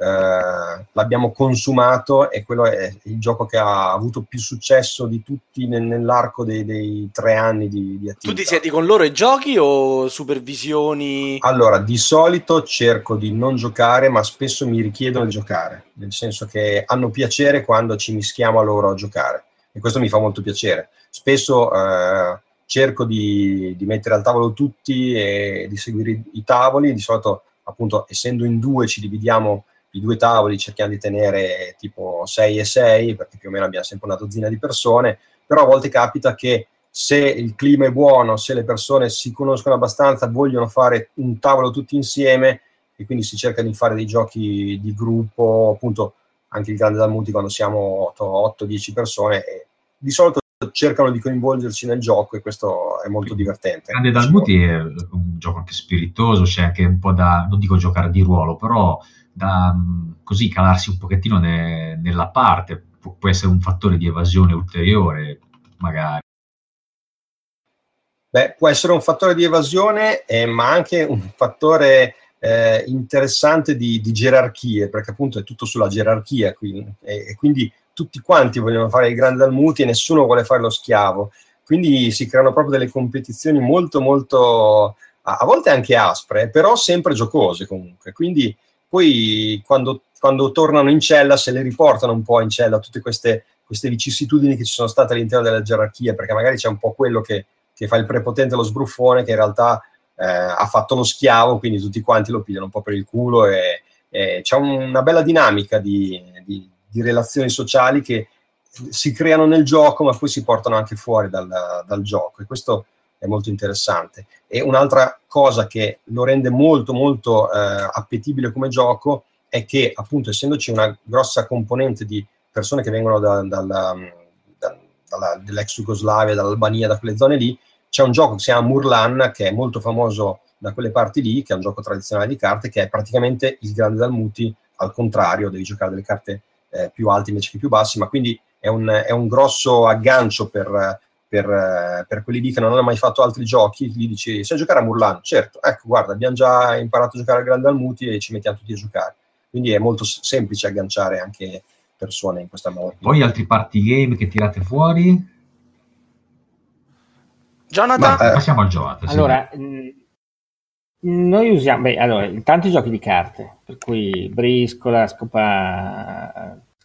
Speaker 4: eh, l'abbiamo consumato e quello è il gioco che ha avuto più successo di tutti nel, nell'arco dei, dei tre anni di, di attività.
Speaker 2: Tu ti siedi con loro ai giochi o supervisioni?
Speaker 4: Allora, di solito cerco di non giocare, ma spesso mi richiedono di giocare, nel senso che hanno piacere quando ci mischiamo a loro a giocare, e questo mi fa molto piacere. Spesso eh, cerco di, di mettere al tavolo tutti e di seguire i, i tavoli, di solito appunto essendo in due ci dividiamo i due tavoli, cerchiamo di tenere tipo sei e sei, perché più o meno abbiamo sempre una dozzina di persone, però a volte capita che se il clima è buono, se le persone si conoscono abbastanza, vogliono fare un tavolo tutti insieme, e quindi si cerca di fare dei giochi di gruppo, appunto anche il Grande Dalmuti quando siamo otto dieci persone, e di solito cercano di coinvolgerci nel gioco, e questo è molto divertente.
Speaker 5: Grande Dalmuti è un gioco anche spiritoso, c'è anche un po' da, non dico giocare di ruolo, però da così calarsi un pochettino ne, nella parte, Pu- può essere un fattore di evasione ulteriore, magari.
Speaker 4: Beh, può essere un fattore di evasione, eh, ma anche un fattore eh, interessante di, di gerarchie, perché appunto è tutto sulla gerarchia, quindi, e, e quindi tutti quanti vogliono fare il Grande Dalmuti e nessuno vuole fare lo schiavo, quindi si creano proprio delle competizioni molto molto, a, a volte anche aspre, però sempre giocose comunque, quindi poi quando, quando tornano in cella se le riportano un po' in cella tutte queste, queste vicissitudini che ci sono state all'interno della gerarchia, perché magari c'è un po' quello che che fa il prepotente, lo sbruffone, che in realtà eh, ha fatto lo schiavo, quindi tutti quanti lo pigliano un po' per il culo, e, e c'è un, una bella dinamica di, di, di relazioni sociali che si creano nel gioco, ma poi si portano anche fuori dal, dal gioco, e questo è molto interessante. E un'altra cosa che lo rende molto molto eh, appetibile come gioco è che, appunto, essendoci una grossa componente di persone che vengono da, dalla, da, dalla, dall'ex Jugoslavia, dall'Albania, da quelle zone lì, c'è un gioco che si chiama Murlan, che è molto famoso da quelle parti lì, che è un gioco tradizionale di carte, che è praticamente il Grande Dalmuti al contrario, devi giocare delle carte eh, più alte invece che più bassi, ma quindi è un, è un grosso aggancio per, per, per quelli lì che non hanno mai fatto altri giochi. Gli dici, sai giocare a Murlan? Certo, ecco, guarda, abbiamo già imparato a giocare al Grande Dalmuti e ci mettiamo tutti a giocare. Quindi è molto semplice agganciare anche persone in questa modo.
Speaker 5: Poi altri party game che tirate fuori?
Speaker 2: Jonathan?
Speaker 5: Ma, eh, passiamo al Jonathan.
Speaker 3: Allora, mh, noi usiamo, beh, allora, intanto i giochi di carte, per cui briscola, scopa,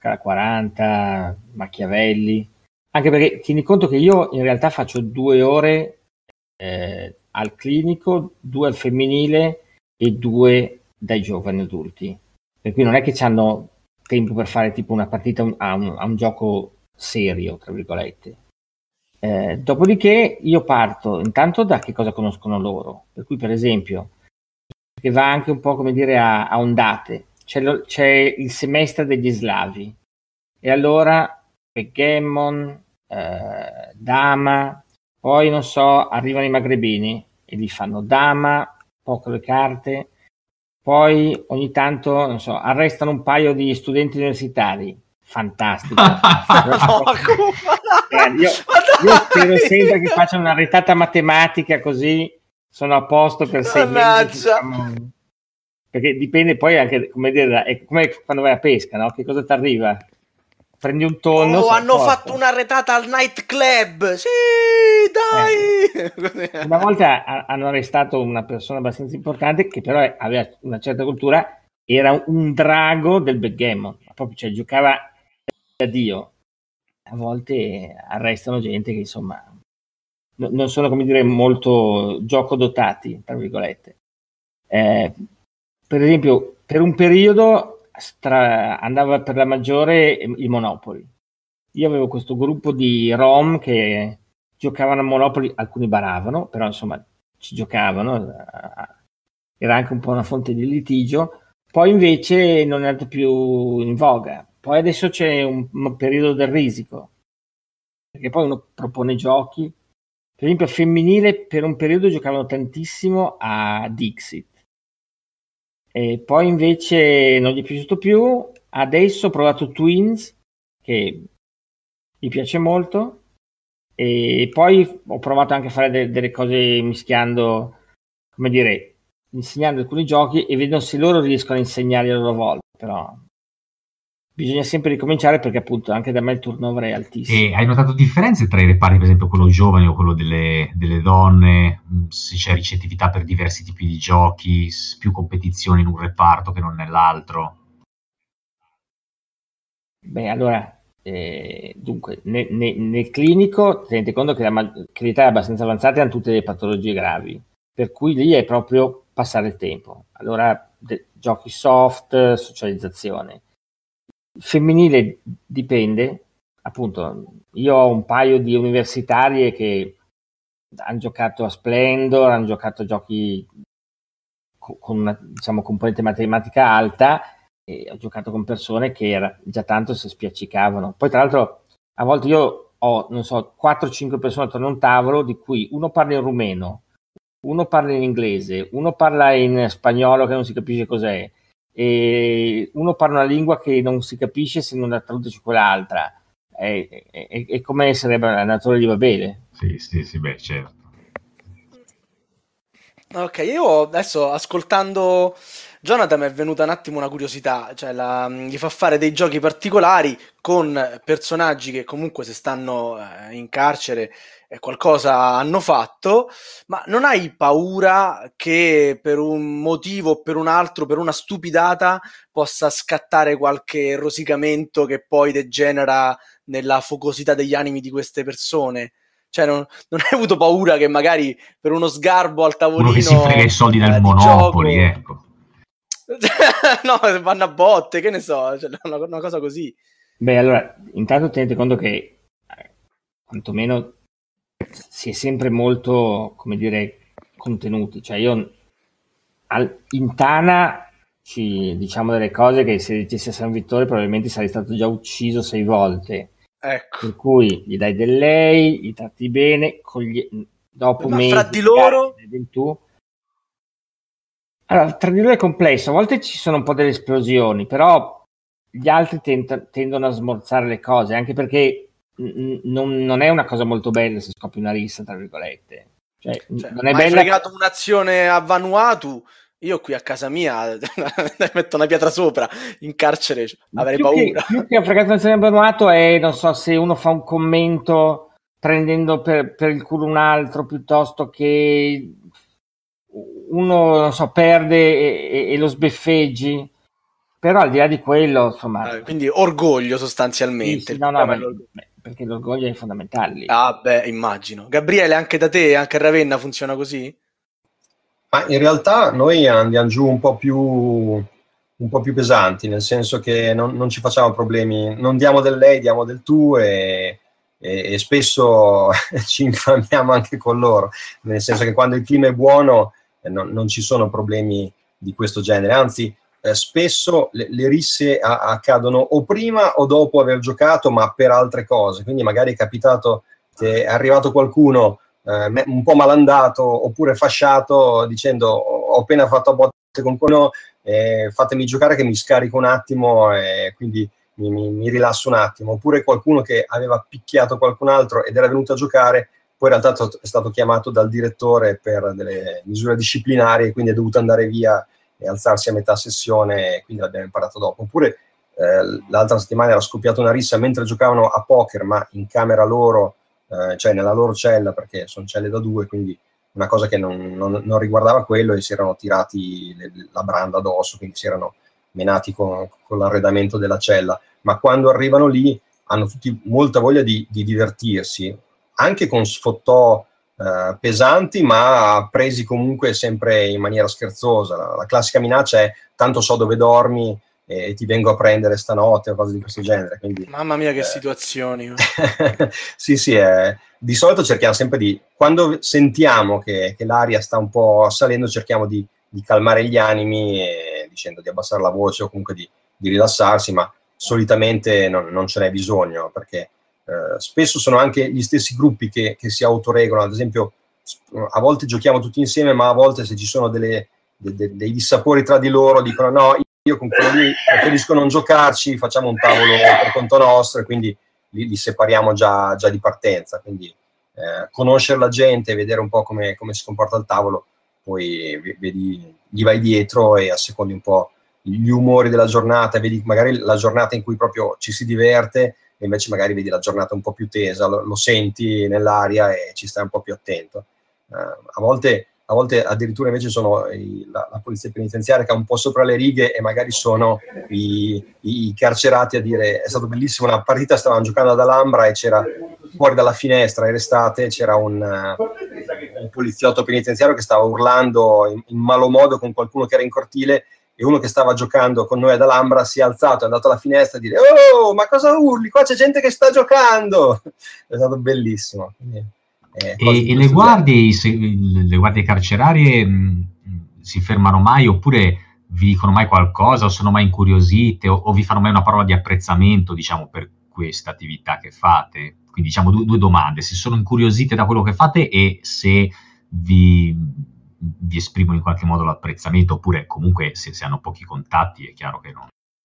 Speaker 3: scala quaranta, Machiavelli, anche perché tieni conto che io in realtà faccio due ore eh, al clinico, due al femminile e due dai giovani adulti, per cui non è che hanno tempo per fare tipo una partita a un, a un gioco serio, tra virgolette. Eh, dopodiché io parto intanto da che cosa conoscono loro, per cui per esempio, che va anche un po' come dire a, a ondate, c'è, lo, c'è il semestre degli slavi e allora backgammon, eh, dama, poi non so, arrivano i magrebini e gli fanno dama, poco le carte, poi ogni tanto non so, arrestano un paio di studenti universitari, fantastico.
Speaker 2: No,
Speaker 3: eh, io, io spero sempre che facciano una retata matematica, così sono a posto per sei mesi, diciamo, perché dipende poi anche, come dire, è come quando vai a pesca, no? Che cosa ti arriva? Prendi un tonno.
Speaker 2: Oh, hanno fatto una retata al nightclub. Sì, dai.
Speaker 3: Eh, una volta a, hanno arrestato una persona abbastanza importante che però aveva una certa cultura, era un drago del backgammon, proprio, cioè giocava da Dio. A volte arrestano gente che insomma no, non sono, come dire, molto gioco dotati, tra virgolette. Eh, per esempio, per un periodo Stra- andava per la maggiore il Monopoly. Io avevo questo gruppo di rom che giocavano a Monopoly, alcuni baravano, però insomma ci giocavano, era anche un po' una fonte di litigio. Poi invece non è andato più in voga. Poi adesso c'è un, un periodo del risico, perché poi uno propone giochi. Per esempio femminile per un periodo giocavano tantissimo a Dixit. E poi invece non gli è piaciuto più. Adesso ho provato Twins, che gli piace molto, e poi ho provato anche a fare de- delle cose mischiando, come dire, insegnando alcuni giochi e vedo se loro riescono a insegnare a loro volta, però bisogna sempre ricominciare perché appunto anche da me il turnover è altissimo.
Speaker 5: E hai notato differenze tra i reparti, per esempio quello giovane o quello delle, delle donne, se c'è ricettività per diversi tipi di giochi, più competizioni in un reparto che non nell'altro?
Speaker 3: Beh, allora, eh, dunque, ne, ne, nel clinico tenete conto che, la, che l'età è abbastanza avanzata e hanno tutte le patologie gravi, per cui lì è proprio passare il tempo. Allora, de, giochi soft, socializzazione. Femminile dipende, appunto, io ho un paio di universitarie che hanno giocato a Splendor, hanno giocato a giochi con una, diciamo, componente matematica alta, e ho giocato con persone che era, già tanto si spiaccicavano. Poi tra l'altro a volte io ho, non so, quattro cinque persone attorno a un tavolo di cui uno parla in rumeno, uno parla in inglese, uno parla in spagnolo che non si capisce cos'è, e uno parla una lingua che non si capisce se non la traduce quell'altra. È, è, è, è come essere la natura di Babele.
Speaker 5: Sì, sì, sì, beh, certo.
Speaker 2: Ok, io adesso ascoltando Jonathan mi è venuta un attimo una curiosità, cioè la, gli fa fare dei giochi particolari con personaggi che comunque se stanno eh, in carcere eh, qualcosa hanno fatto, ma non hai paura che per un motivo o per un altro, per una stupidata, possa scattare qualche rosicamento che poi degenera nella focosità degli animi di queste persone? Cioè non, non hai avuto paura che magari per uno sgarbo al tavolino
Speaker 5: uno che si frega i soldi dal
Speaker 2: eh,
Speaker 5: Monopoli,
Speaker 2: gioco...
Speaker 5: ecco.
Speaker 2: No, vanno a botte, che ne so, cioè, una, una cosa così.
Speaker 3: Beh, allora, intanto tenete conto che eh, quantomeno si è sempre molto, come dire, contenuti. Cioè io al, in Tana ci diciamo delle cose che se dicessi a San Vittore probabilmente sarei stato già ucciso sei volte.
Speaker 2: Ecco.
Speaker 3: Per cui gli dai del lei, gli tratti bene, con gli, dopo
Speaker 2: ma
Speaker 3: mesi,
Speaker 2: fra di loro
Speaker 3: del tu. Allora, tra di loro è complesso, a volte ci sono un po' delle esplosioni, però gli altri tenta, tendono a smorzare le cose, anche perché n- non, non è una cosa molto bella se scoppi una rissa, tra virgolette. Cioè,
Speaker 2: cioè,
Speaker 3: non è
Speaker 2: hai
Speaker 3: bella...
Speaker 2: fregato un'azione a Vanuatu, io qui a casa mia metto una pietra sopra, in carcere avrei
Speaker 3: più
Speaker 2: paura.
Speaker 3: Che, più che ha fregato un'azione a Vanuatu è, non so, se uno fa un commento prendendo per, per il culo un altro, piuttosto che uno, non so, perde e, e, e lo sbeffeggi. Però al di là di quello, insomma...
Speaker 2: Eh, quindi orgoglio sostanzialmente.
Speaker 3: Sì, sì, no, no, beh, beh, perché l'orgoglio è fondamentale lì.
Speaker 2: Ah, beh, immagino. Gabriele, anche da te, anche a Ravenna funziona così?
Speaker 4: Ma in realtà noi andiamo giù un po' più, un po' più pesanti, nel senso che non, non ci facciamo problemi, non diamo del lei, diamo del tu e, e, e spesso ci infamiamo anche con loro, nel senso che quando il clima è buono eh, non, non ci sono problemi di questo genere, anzi eh, spesso le, le risse a, accadono o prima o dopo aver giocato, ma per altre cose, quindi magari è capitato che è arrivato qualcuno Eh, un po' malandato oppure fasciato dicendo ho appena fatto a botte con quello, eh, fatemi giocare che mi scarico un attimo e quindi mi, mi, mi rilasso un attimo, oppure qualcuno che aveva picchiato qualcun altro ed era venuto a giocare, poi in realtà è stato chiamato dal direttore per delle misure disciplinari e quindi è dovuto andare via e alzarsi a metà sessione e quindi l'abbiamo imparato dopo. Oppure eh, l'altra settimana era scoppiata una rissa mentre giocavano a poker ma in camera loro, Uh, cioè nella loro cella, perché sono celle da due, quindi una cosa che non, non, non riguardava quello, e si erano tirati le, la branda addosso, quindi si erano menati con, con l'arredamento della cella, ma quando arrivano lì hanno tutti molta voglia di, di divertirsi, anche con sfottò uh, pesanti, ma presi comunque sempre in maniera scherzosa. La, la classica minaccia è tanto so dove dormi e ti vengo a prendere stanotte o cose di questo genere. Quindi,
Speaker 2: mamma mia che
Speaker 4: eh,
Speaker 2: situazioni.
Speaker 4: sì sì, eh, di solito cerchiamo sempre di, quando sentiamo che, che l'aria sta un po' salendo, cerchiamo di, di calmare gli animi e, dicendo di abbassare la voce o comunque di, di rilassarsi, ma solitamente non, non ce n'è bisogno, perché eh, spesso sono anche gli stessi gruppi che, che si autoregolano. Ad esempio a volte giochiamo tutti insieme, ma a volte se ci sono delle, de, de, dei dissapori tra di loro dicono no, io con quello lì preferisco non giocarci, facciamo un tavolo per conto nostro, e quindi li, li separiamo già, già di partenza. Quindi eh, conoscere la gente, vedere un po' come, come si comporta il tavolo, poi vedi, gli vai dietro e assecondi un po' gli umori della giornata, vedi magari la giornata in cui proprio ci si diverte e invece magari vedi la giornata un po' più tesa, lo, lo senti nell'aria e ci stai un po' più attento. Eh, a volte a volte addirittura invece sono i, la, la polizia penitenziaria che è un po' sopra le righe e magari sono i, i carcerati a dire è stato bellissimo, una partita stavano giocando ad Alhambra e c'era fuori dalla finestra, era estate, c'era un, uh, un poliziotto penitenziario che stava urlando in, in malo modo con qualcuno che era in cortile, e uno che stava giocando con noi ad Alhambra si è alzato, è andato alla finestra a dire oh ma cosa urli, qua c'è gente che sta giocando. È stato bellissimo. Quindi,
Speaker 5: Eh, e, e le guardie, se, le guardie carcerarie mh, si fermano mai, oppure vi dicono mai qualcosa, o sono mai incuriosite, o, o vi fanno mai una parola di apprezzamento, diciamo, per questa attività che fate? Quindi diciamo due, due domande: se sono incuriosite da quello che fate e se vi, vi esprimono in qualche modo l'apprezzamento, oppure comunque se, se hanno pochi contatti è chiaro che non.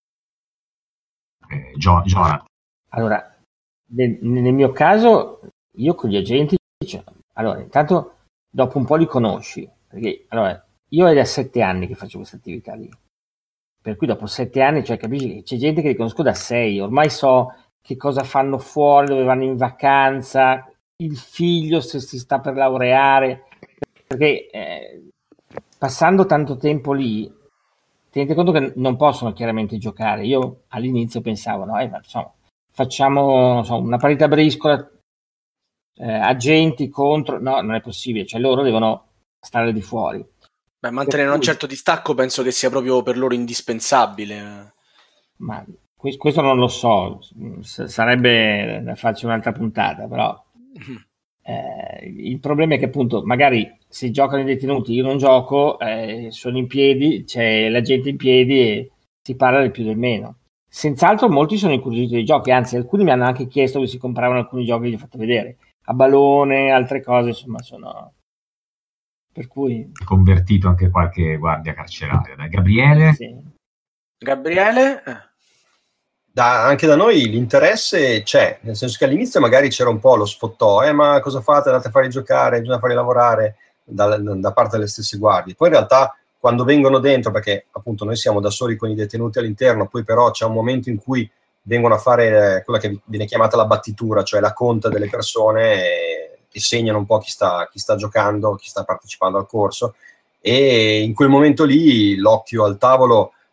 Speaker 5: Eh, Gio, Jonathan.
Speaker 3: Allora, nel, nel mio caso, io con gli agenti, allora, intanto dopo un po' li conosci, perché allora, io è da sette anni che faccio questa attività lì, per cui dopo sette anni, cioè capisci che c'è gente che li conosco da sei, ormai so che cosa fanno fuori, dove vanno in vacanza, il figlio se si sta per laureare, perché eh, passando tanto tempo lì, tenete conto che non possono chiaramente giocare. Io all'inizio pensavo, no, eh, ma, insomma, facciamo non so, una partita a briscola, eh, agenti contro, no, non è possibile, cioè loro devono stare di fuori.
Speaker 2: Beh, mantenere cui, un certo distacco penso che sia proprio per loro indispensabile.
Speaker 3: Ma questo non lo so, sarebbe da farci un'altra puntata, però eh, il problema è che appunto magari se giocano i detenuti, io non gioco, eh, sono in piedi, c'è la gente in piedi e si parla del più del meno. Senz'altro molti sono incuriositi dei giochi, anzi alcuni mi hanno anche chiesto dove si compravano alcuni giochi che gli ho fatto vedere, a ballone, altre cose, insomma sono... Per cui...
Speaker 5: Convertito anche qualche guardia carceraria. Dai, Gabriele?
Speaker 3: Sì.
Speaker 2: Gabriele?
Speaker 4: Da, anche da noi l'interesse c'è, nel senso che all'inizio magari c'era un po' lo sfottò, eh, ma cosa fate? Andate a farli giocare, bisogna farli lavorare da, da parte delle stesse guardie. Poi in realtà quando vengono dentro, perché appunto noi siamo da soli con i detenuti all'interno, poi però c'è un momento in cui vengono a fare quella che viene chiamata la battitura, cioè la conta delle persone e, e segnano un po' chi sta, chi sta giocando, chi sta partecipando al corso, e in quel momento lì l'occhio al tavolo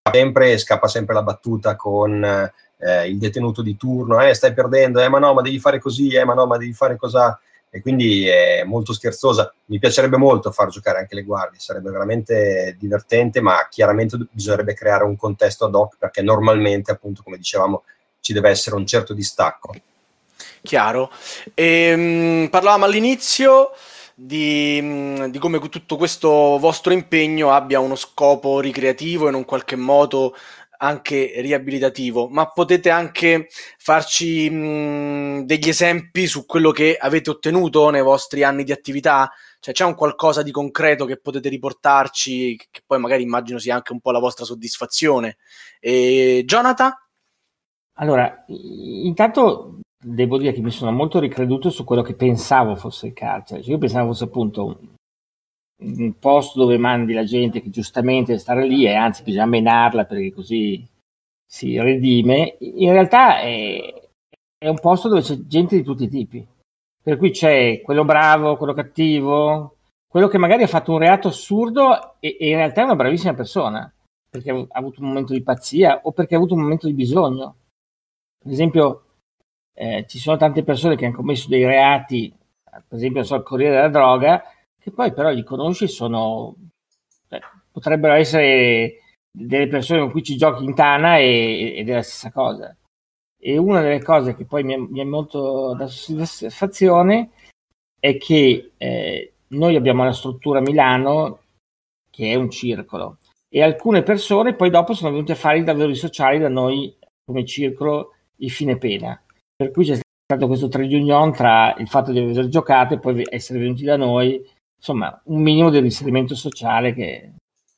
Speaker 4: sempre, scappa sempre la battuta con eh, il detenuto di turno, eh, stai perdendo, eh, ma no, ma devi fare così, eh, ma no, ma devi fare cos'ha. E quindi è molto scherzosa. Mi piacerebbe molto far giocare anche le guardie, sarebbe veramente divertente, ma chiaramente bisognerebbe creare un contesto ad hoc, perché normalmente, appunto, come dicevamo, ci deve essere un certo distacco.
Speaker 2: Chiaro. E, mh, parlavamo all'inizio di, mh, di come tutto questo vostro impegno abbia uno scopo ricreativo e in un qualche modo anche riabilitativo, ma potete anche farci mh, degli esempi su quello che avete ottenuto nei vostri anni di attività? Cioè, c'è un qualcosa di concreto che potete riportarci, che poi magari immagino sia anche un po' la vostra soddisfazione. E Jonathan?
Speaker 3: Allora, intanto devo dire che mi sono molto ricreduto su quello che pensavo fosse il carcere. Cioè, io pensavo fosse appunto un, un posto dove mandi la gente che giustamente deve stare lì e anzi bisogna menarla perché così si redime. In realtà è, è un posto dove c'è gente di tutti i tipi, per cui c'è quello bravo, quello cattivo, quello che magari ha fatto un reato assurdo e, e in realtà è una bravissima persona perché ha avuto un momento di pazzia o perché ha avuto un momento di bisogno. Per esempio eh, ci sono tante persone che hanno commesso dei reati, per esempio non so, il Corriere della Droga, che poi però li conosci, sono eh, potrebbero essere delle persone con cui ci giochi in tana e, ed è la stessa cosa. E una delle cose che poi mi è, mi è molto da soddisfazione è che eh, noi abbiamo la struttura a Milano che è un circolo e alcune persone poi dopo sono venute a fare i lavori sociali da noi come circolo di fine pena, per cui c'è stato questo trade union tra il fatto di aver giocato e poi essere venuti da noi, insomma un minimo di reinserimento sociale che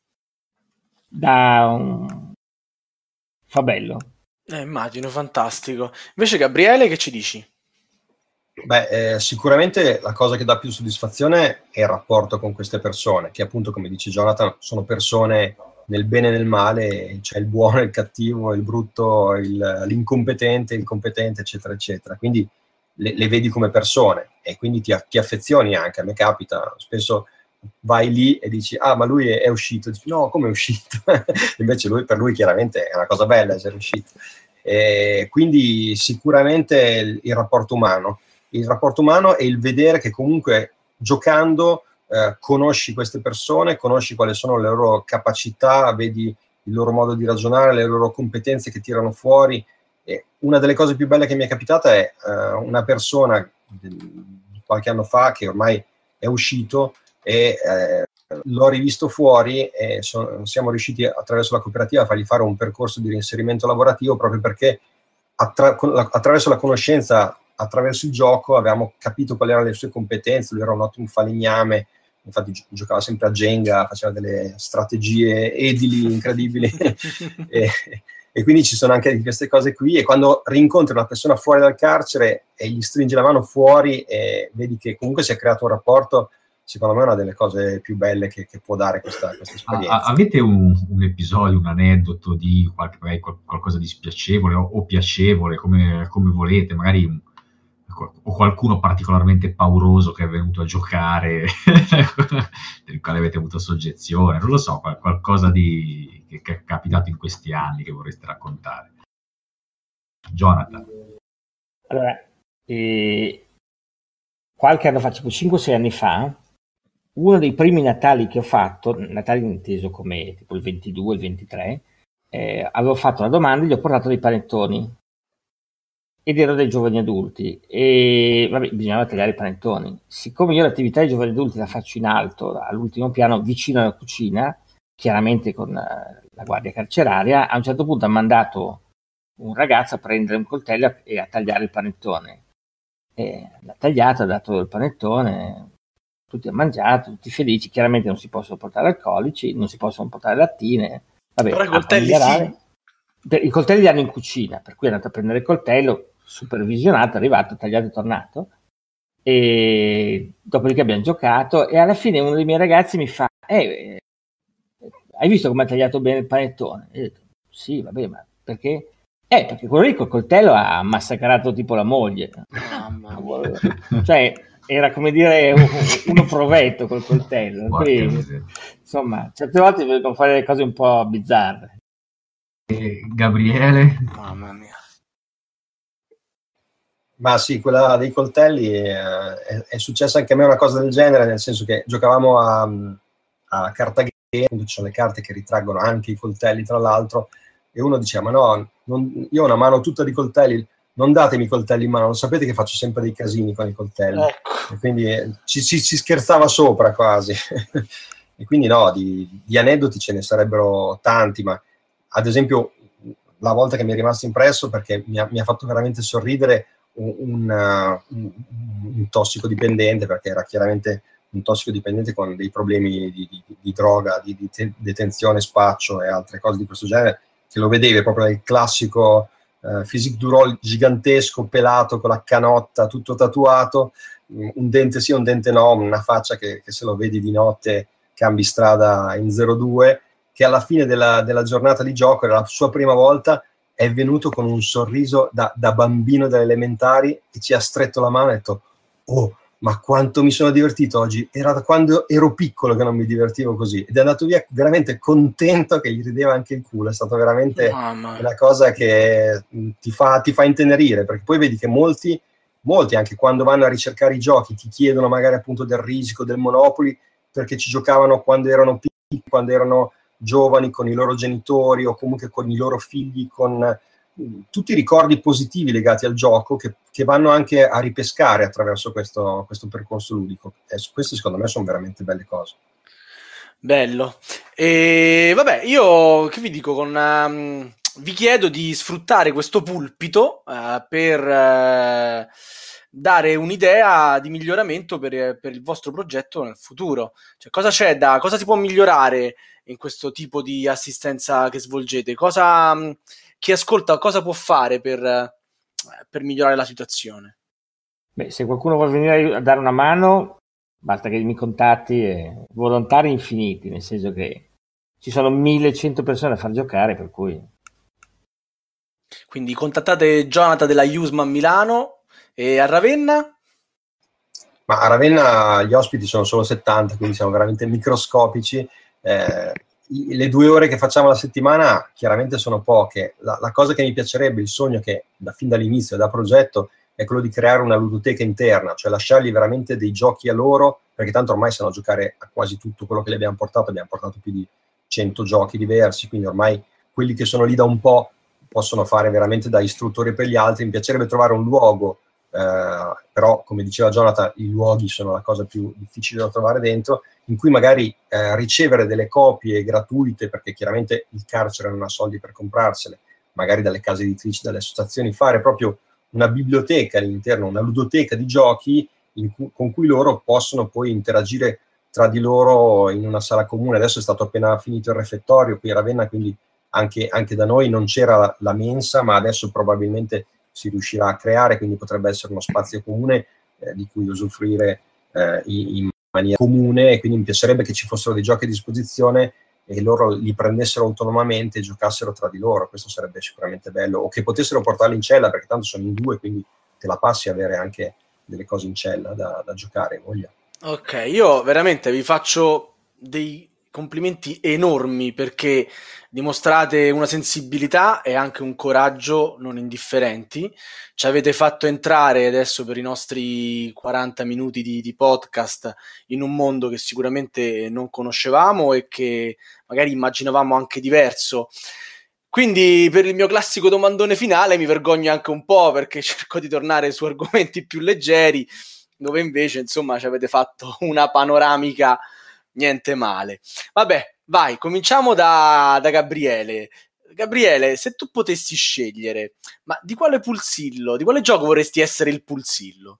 Speaker 3: dà un... fa bello.
Speaker 2: Eh, immagino, fantastico. Invece Gabriele, che ci dici?
Speaker 4: Beh, eh, sicuramente la cosa che dà più soddisfazione è il rapporto con queste persone, che appunto, come dice Jonathan, sono persone nel bene e nel male, c'è il buono e il cattivo, il brutto, il, l'incompetente, il competente, eccetera, eccetera. Quindi le, le vedi come persone e quindi ti, ti affezioni anche. A me capita, spesso vai lì e dici, ah, ma lui è, è uscito. Dici, no, come è uscito? Invece lui, per lui chiaramente è una cosa bella essere uscito. E quindi sicuramente il, il rapporto umano. Il rapporto umano e il vedere che comunque giocando eh, conosci queste persone, conosci quali sono le loro capacità, vedi il loro modo di ragionare, le loro competenze che tirano fuori. E una delle cose più belle che mi è capitata è eh, una persona di qualche anno fa che ormai è uscito e eh, l'ho rivisto fuori e so, siamo riusciti attraverso la cooperativa a fargli fare un percorso di reinserimento lavorativo proprio perché attra- attraverso la conoscenza, attraverso il gioco avevamo capito quali erano le sue competenze. Lui era un ottimo falegname, infatti gi- giocava sempre a Jenga, faceva delle strategie edili incredibili e, e quindi ci sono anche queste cose qui, e quando rincontri una persona fuori dal carcere e gli stringi la mano fuori e vedi che comunque si è creato un rapporto, secondo me è una delle cose più belle che, che può dare questa, questa esperienza.
Speaker 5: A, avete un, un episodio, un aneddoto di qualche, magari qualcosa di spiacevole o, o piacevole, come, come volete, magari un, o qualcuno particolarmente pauroso che è venuto a giocare del quale avete avuto soggezione, non lo so, qual, qualcosa di, che, che è capitato in questi anni che vorreste raccontare. Jonathan.
Speaker 3: Allora, eh, qualche anno fa, tipo cinque sei anni fa, uno dei primi Natali che ho fatto, Natali inteso come tipo il ventidue, il ventitré, eh, avevo fatto la domanda e gli ho portato dei panettoni ed ero dei giovani adulti e vabbè, bisognava tagliare i panettoni. Siccome io l'attività dei giovani adulti la faccio in alto, all'ultimo piano, vicino alla cucina, chiaramente con uh, la guardia carceraria, a un certo punto ha mandato un ragazzo a prendere un coltello e a tagliare il panettone. E l'ha tagliato, ha dato il panettone, tutti hanno mangiato, tutti felici. Chiaramente non si possono portare alcolici, non si possono portare lattine. Vabbè,
Speaker 2: però i coltelli sì.
Speaker 3: I coltelli li hanno in cucina, per cui è andato a prendere il coltello, supervisionato, è arrivato, tagliato e tornato, e dopodiché abbiamo giocato e alla fine uno dei miei ragazzi mi fa eh, hai visto come ha tagliato bene il panettone? E io ho detto, sì, vabbè, ma perché? Eh, perché quello lì col coltello ha massacrato tipo la moglie.
Speaker 2: Mamma
Speaker 3: mia. Cioè, era come dire uno provetto col coltello. Quindi, insomma, certe volte vengono a fare delle cose un po' bizzarre.
Speaker 5: E Gabriele?
Speaker 2: Mamma mia.
Speaker 4: Ma sì, quella dei coltelli eh, è, è successa anche a me una cosa del genere, nel senso che giocavamo a, a carta game, ci sono le carte che ritraggono anche i coltelli tra l'altro, e uno diceva, ma no, non, io ho una mano tutta di coltelli, non datemi i coltelli in mano, non sapete che faccio sempre dei casini con i coltelli.
Speaker 2: Ecco.
Speaker 4: E quindi eh, ci, ci, ci scherzava sopra quasi. E quindi no, di, di aneddoti ce ne sarebbero tanti, ma ad esempio la volta che mi è rimasto impresso, perché mi ha, mi ha fatto veramente sorridere, un, un, un, un tossicodipendente, perché era chiaramente un tossicodipendente con dei problemi di, di, di droga, di, di te, detenzione, spaccio e altre cose di questo genere, che lo vedevi proprio nel classico eh, physique du rôle gigantesco, pelato, con la canotta, tutto tatuato, un dente sì, un dente no, una faccia che, che se lo vedi di notte cambi strada in zero due, che alla fine della, della giornata di gioco, era la sua prima volta, è venuto con un sorriso da, da bambino delle elementari e ci ha stretto la mano e ha detto, oh, ma quanto mi sono divertito oggi, era da quando ero piccolo che non mi divertivo così, ed è andato via veramente contento, che gli rideva anche il culo. È stato veramente
Speaker 2: Mamma.
Speaker 4: una cosa che ti fa, ti fa intenerire, perché poi vedi che molti, molti anche quando vanno a ricercare i giochi ti chiedono magari appunto del Risico, del Monopoly, perché ci giocavano quando erano piccoli, quando erano giovani, con i loro genitori o comunque con i loro figli, con uh, tutti i ricordi positivi legati al gioco che, che vanno anche a ripescare attraverso questo, questo percorso ludico. E queste secondo me sono veramente belle cose.
Speaker 2: Bello. E vabbè, io che vi dico, con, um, vi chiedo di sfruttare questo pulpito uh, per uh, dare un'idea di miglioramento per, per il vostro progetto nel futuro. Cioè, cosa c'è da, cosa si può migliorare in questo tipo di assistenza che svolgete? Cosa, chi ascolta, cosa può fare per, per migliorare la situazione?
Speaker 3: Beh, se qualcuno vuole venire a dare una mano, basta che mi contatti, e volontari infiniti, nel senso che ci sono millecento persone a far giocare, per cui...
Speaker 2: Quindi contattate Jonathan della Iusma a Milano. E a Ravenna?
Speaker 4: Ma a Ravenna gli ospiti sono solo settanta, quindi siamo veramente microscopici. Eh, le due ore che facciamo la settimana chiaramente sono poche. La, la cosa che mi piacerebbe, il sogno che da fin dall'inizio da progetto, è quello di creare una ludoteca interna, cioè lasciargli veramente dei giochi a loro, perché tanto ormai sanno giocare a quasi tutto quello che li abbiamo portato. Abbiamo portato più di cento giochi diversi, quindi ormai quelli che sono lì da un po' possono fare veramente da istruttori per gli altri. Mi piacerebbe trovare un luogo, Uh, però come diceva Jonathan, i luoghi sono la cosa più difficile da trovare dentro, in cui magari uh, ricevere delle copie gratuite, perché chiaramente il carcere non ha soldi per comprarsele, magari dalle case editrici, dalle associazioni, fare proprio una biblioteca all'interno, una ludoteca di giochi in cu- con cui loro possono poi interagire tra di loro in una sala comune. Adesso è stato appena finito il refettorio qui a Ravenna, quindi anche, anche da noi non c'era la, la mensa, ma adesso probabilmente si riuscirà a creare, quindi potrebbe essere uno spazio comune eh, di cui usufruire eh, in, in maniera comune, e quindi mi piacerebbe che ci fossero dei giochi a disposizione e loro li prendessero autonomamente e giocassero tra di loro. Questo sarebbe sicuramente bello, o che potessero portarli in cella, perché tanto sono in due, quindi te la passi a avere anche delle cose in cella da, da giocare, voglia.
Speaker 2: Ok, io veramente vi faccio dei complimenti enormi, perché dimostrate una sensibilità e anche un coraggio non indifferenti. Ci avete fatto entrare adesso per i nostri quaranta minuti di, di podcast in un mondo che sicuramente non conoscevamo e che magari immaginavamo anche diverso. Quindi per il mio classico domandone finale mi vergogno anche un po', perché cerco di tornare su argomenti più leggeri, dove invece insomma ci avete fatto una panoramica niente male. Vabbè, vai, cominciamo da, da Gabriele. Gabriele, se tu potessi scegliere, ma di quale pulsillo, di quale gioco vorresti essere il pulsillo?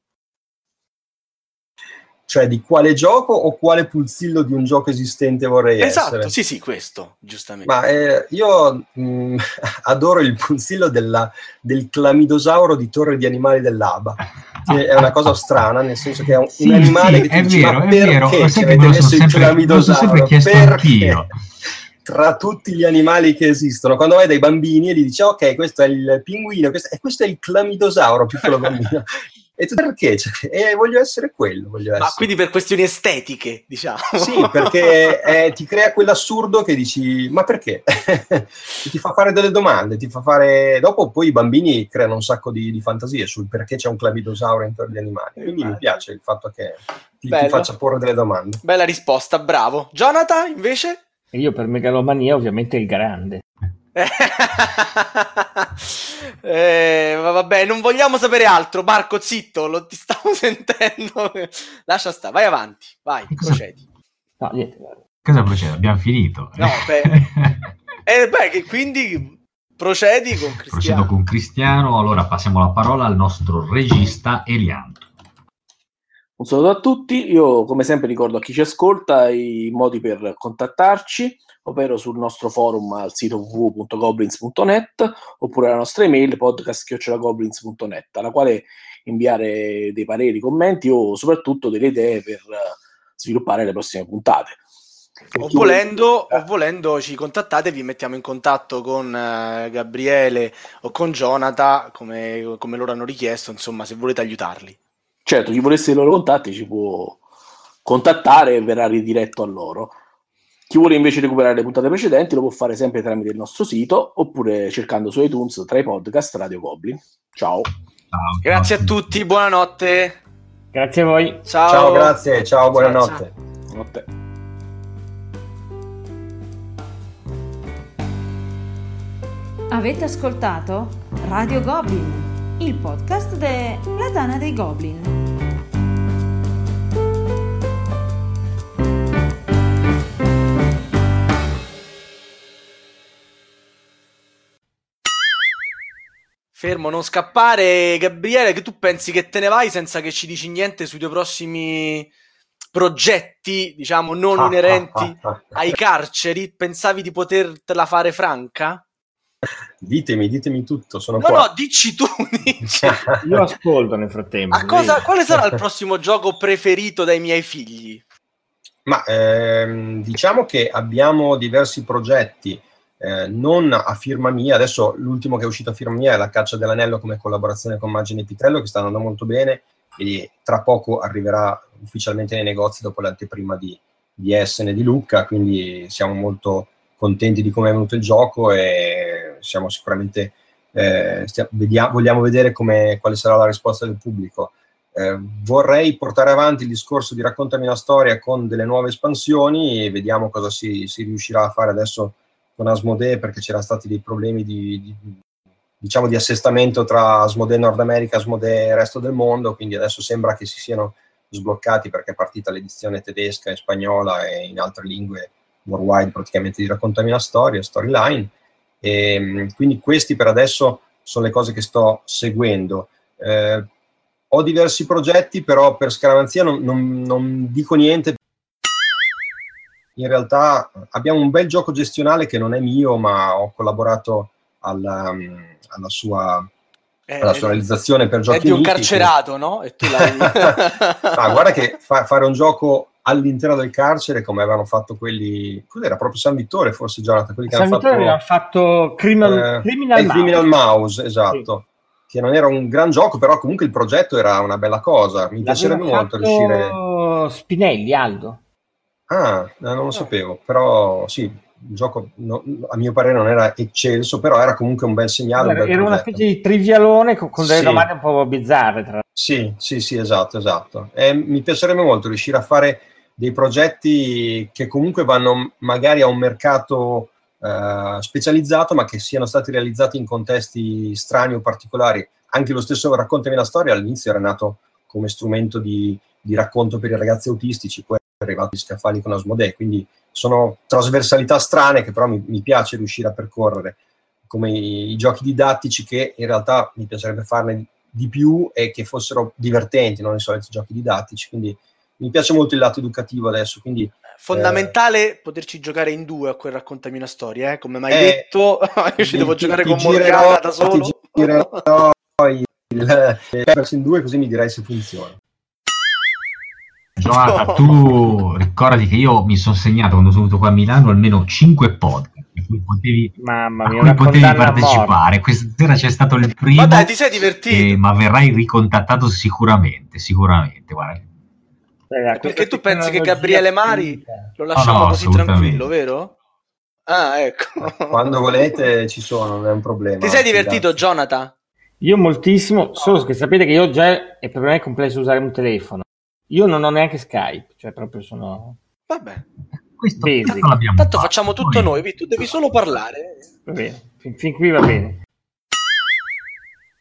Speaker 4: Cioè di quale gioco o quale pulsillo di un gioco esistente vorrei
Speaker 2: esatto,
Speaker 4: essere?
Speaker 2: Esatto, sì sì, questo, giustamente.
Speaker 4: Ma eh, io mh, adoro il pulsillo della, del clamidosauro di Torre di Animali dell'A B A. È una cosa strana, nel senso che è un, sì, un animale
Speaker 5: sì,
Speaker 4: che ti dice,
Speaker 5: vero,
Speaker 4: ma
Speaker 5: è
Speaker 4: perché
Speaker 5: vero,
Speaker 4: ci
Speaker 5: sai
Speaker 4: avete
Speaker 5: che
Speaker 4: messo il
Speaker 5: sempre,
Speaker 4: clamidosauro?
Speaker 5: Perché anch'io.
Speaker 4: Tra tutti gli animali che esistono, quando vai dai bambini e gli dici ok, questo è il pinguino, questo, e questo è il clamidosauro, piccolo bambino. E tu perché? Cioè, eh, voglio essere quello, voglio
Speaker 2: Ma
Speaker 4: essere.
Speaker 2: quindi per questioni estetiche, diciamo.
Speaker 4: Sì, perché eh, ti crea quell'assurdo che dici, ma perché? Ti fa fare delle domande, ti fa fare... Dopo poi i bambini creano un sacco di, di fantasie sul perché c'è un clavidosauro in gli animali. Quindi
Speaker 2: Immagino.
Speaker 4: mi piace il fatto che ti, ti faccia porre delle domande.
Speaker 2: Bella risposta, bravo. Jonathan, invece?
Speaker 3: E io per megalomania ovviamente il grande.
Speaker 2: eh, vabbè, non vogliamo sapere altro. Marco, zitto, lo ti stavo sentendo. Lascia stare, vai avanti, vai, procedi.
Speaker 3: No, niente.
Speaker 5: Cosa procede? Abbiamo finito.
Speaker 2: No, beh, eh, beh, che quindi procedi con Cristiano.
Speaker 5: Procedo con Cristiano, allora passiamo la parola al nostro regista Elian.
Speaker 6: Un saluto a tutti, io come sempre ricordo a chi ci ascolta i modi per contattarci, ovvero sul nostro forum al sito w w w punto goblins punto net oppure alla nostra email podcast chiocciola goblins punto net, alla quale inviare dei pareri, commenti o soprattutto delle idee per sviluppare le prossime puntate.
Speaker 2: O volendo, o volendo ci contattate, vi mettiamo in contatto con uh, Gabriele o con Jonathan come, come loro hanno richiesto, insomma, se volete aiutarli.
Speaker 6: Certo, chi volesse i loro contatti ci può contattare e verrà ridiretto a loro. Chi vuole invece recuperare le puntate precedenti lo può fare sempre tramite il nostro sito oppure cercando su iTunes tra i podcast Radio Goblin. Ciao.
Speaker 5: Ciao,
Speaker 2: Grazie
Speaker 5: ciao.
Speaker 2: a tutti, buonanotte.
Speaker 3: Grazie a voi.
Speaker 2: Ciao.
Speaker 4: Ciao, grazie, ciao, buonanotte.
Speaker 6: Buonanotte.
Speaker 1: Avete ascoltato Radio Goblin, il podcast della Tana dei Goblin.
Speaker 2: Fermo, non scappare, Gabriele, che tu pensi che te ne vai senza che ci dici niente sui tuoi prossimi progetti, diciamo, non
Speaker 4: Ah,
Speaker 2: inerenti
Speaker 4: ah, ah, ah.
Speaker 2: ai carceri? Pensavi di potertela fare franca?
Speaker 4: Ditemi, ditemi tutto, sono
Speaker 2: No,
Speaker 4: qua.
Speaker 2: no, dici tu, dici.
Speaker 3: Io ascolto nel frattempo.
Speaker 2: A cosa,
Speaker 3: quindi-
Speaker 2: quale sarà il prossimo gioco preferito dai miei figli?
Speaker 4: Ma ehm, diciamo che abbiamo diversi progetti, eh, non a firma mia. Adesso l'ultimo che è uscito a firma mia è La Caccia dell'Anello come collaborazione con Magine e Pitrello, che sta andando molto bene e tra poco arriverà ufficialmente nei negozi dopo l'anteprima di, di Essen e di Lucca, quindi siamo molto contenti di come è venuto il gioco e siamo sicuramente eh, stia- vediamo, vogliamo vedere come, quale sarà la risposta del pubblico. Eh, vorrei portare avanti il discorso di Raccontami una storia con delle nuove espansioni e vediamo cosa si, si riuscirà a fare adesso con Asmodee, perché c'erano stati dei problemi di, di, diciamo di assestamento tra Asmodee Nord America, Asmodee e il resto del mondo, quindi adesso sembra che si siano sbloccati perché è partita l'edizione tedesca e spagnola e in altre lingue worldwide praticamente di Raccontami una storia, Storyline, e quindi questi per adesso sono le cose che sto seguendo. Eh, ho diversi progetti, però per scaramanzia non, non, non dico niente. In realtà abbiamo un bel gioco gestionale che non è mio, ma ho collaborato alla, alla sua,
Speaker 2: Eh,
Speaker 4: alla sua realizzazione per Giochi
Speaker 2: è di un
Speaker 4: Uniti.
Speaker 2: carcerato, no? E tu l'hai...
Speaker 4: Ah, guarda che fa, fare un gioco all'interno del carcere come avevano fatto quelli, cos'era proprio San Vittore forse, Jonathan, quelli che
Speaker 3: San
Speaker 4: hanno
Speaker 3: Vittore aveva fatto Criminal,
Speaker 4: eh,
Speaker 3: Criminal,
Speaker 4: il Criminal
Speaker 3: Mouse.
Speaker 4: Mouse, esatto, che non era un gran gioco, però comunque il progetto era una bella cosa. Mi piacerebbe
Speaker 3: L'aveva
Speaker 4: molto
Speaker 3: fatto
Speaker 4: riuscire.
Speaker 3: Spinelli, Aldo.
Speaker 4: Ah, eh, non lo sapevo, però sì, il gioco no, a mio parere non era eccelso, però era comunque un bel segnale. un
Speaker 3: Era,
Speaker 4: bel
Speaker 3: era una
Speaker 4: progetto.
Speaker 3: specie di trivialone con, con delle
Speaker 4: Sì.
Speaker 3: domande un po' bizzarre. Tra...
Speaker 4: Sì, sì, sì, esatto, esatto. E mi piacerebbe molto riuscire a fare dei progetti che comunque vanno magari a un mercato eh, specializzato, ma che siano stati realizzati in contesti strani o particolari. Anche lo stesso Raccontami una storia all'inizio era nato come strumento di, di racconto per i ragazzi autistici, poi è arrivato gli scaffali con Asmodee, quindi sono trasversalità strane che però mi, mi piace riuscire a percorrere, come i, i giochi didattici, che in realtà mi piacerebbe farne di più e che fossero divertenti, non i soliti giochi didattici, quindi mi piace molto il lato educativo adesso, quindi
Speaker 2: Fondamentale eh, poterci giocare in due a quel Raccontami una storia, eh? Come mai
Speaker 4: eh,
Speaker 2: detto, io ci
Speaker 4: ti,
Speaker 2: devo
Speaker 4: ti,
Speaker 2: giocare
Speaker 4: ti
Speaker 2: con
Speaker 4: girerò,
Speaker 2: Morgana da solo.
Speaker 4: Ti girerò il, il Pepers in due, così mi dirai se funziona.
Speaker 5: Jonathan, tu ricordati che io mi sono segnato quando sono venuto qua a Milano almeno cinque podcast, a cui potevi,
Speaker 3: Mamma mia,
Speaker 5: a cui
Speaker 3: una
Speaker 5: potevi
Speaker 3: condanna a
Speaker 5: partecipare. Questa sera c'è stato il primo.
Speaker 2: Ma dai, ti sei divertito?
Speaker 5: eh, ma verrai ricontattato sicuramente, sicuramente. Guarda.
Speaker 3: Raga,
Speaker 2: Perché tu
Speaker 3: questa
Speaker 2: pensi che
Speaker 3: tecnologia
Speaker 2: Gabriele Mari
Speaker 3: finita.
Speaker 2: lo lasciamo
Speaker 5: No, no,
Speaker 2: così
Speaker 5: assolutamente.
Speaker 2: tranquillo, vero? Ah, ecco.
Speaker 4: Quando volete ci sono, non è un problema.
Speaker 2: Ti sei
Speaker 4: anzi,
Speaker 2: divertito,
Speaker 4: grazie.
Speaker 2: Jonathan?
Speaker 3: Io moltissimo, solo che sapete che io già è per me complesso usare un telefono. Io non ho neanche Skype, cioè proprio sono
Speaker 2: Vabbè.
Speaker 5: Questo
Speaker 3: Basic.
Speaker 5: cazzo l'abbiamo
Speaker 2: Tanto
Speaker 5: fatto.
Speaker 2: facciamo tutto
Speaker 5: Poi-
Speaker 2: noi, tu devi solo parlare.
Speaker 3: va bene, fin, fin qui va bene.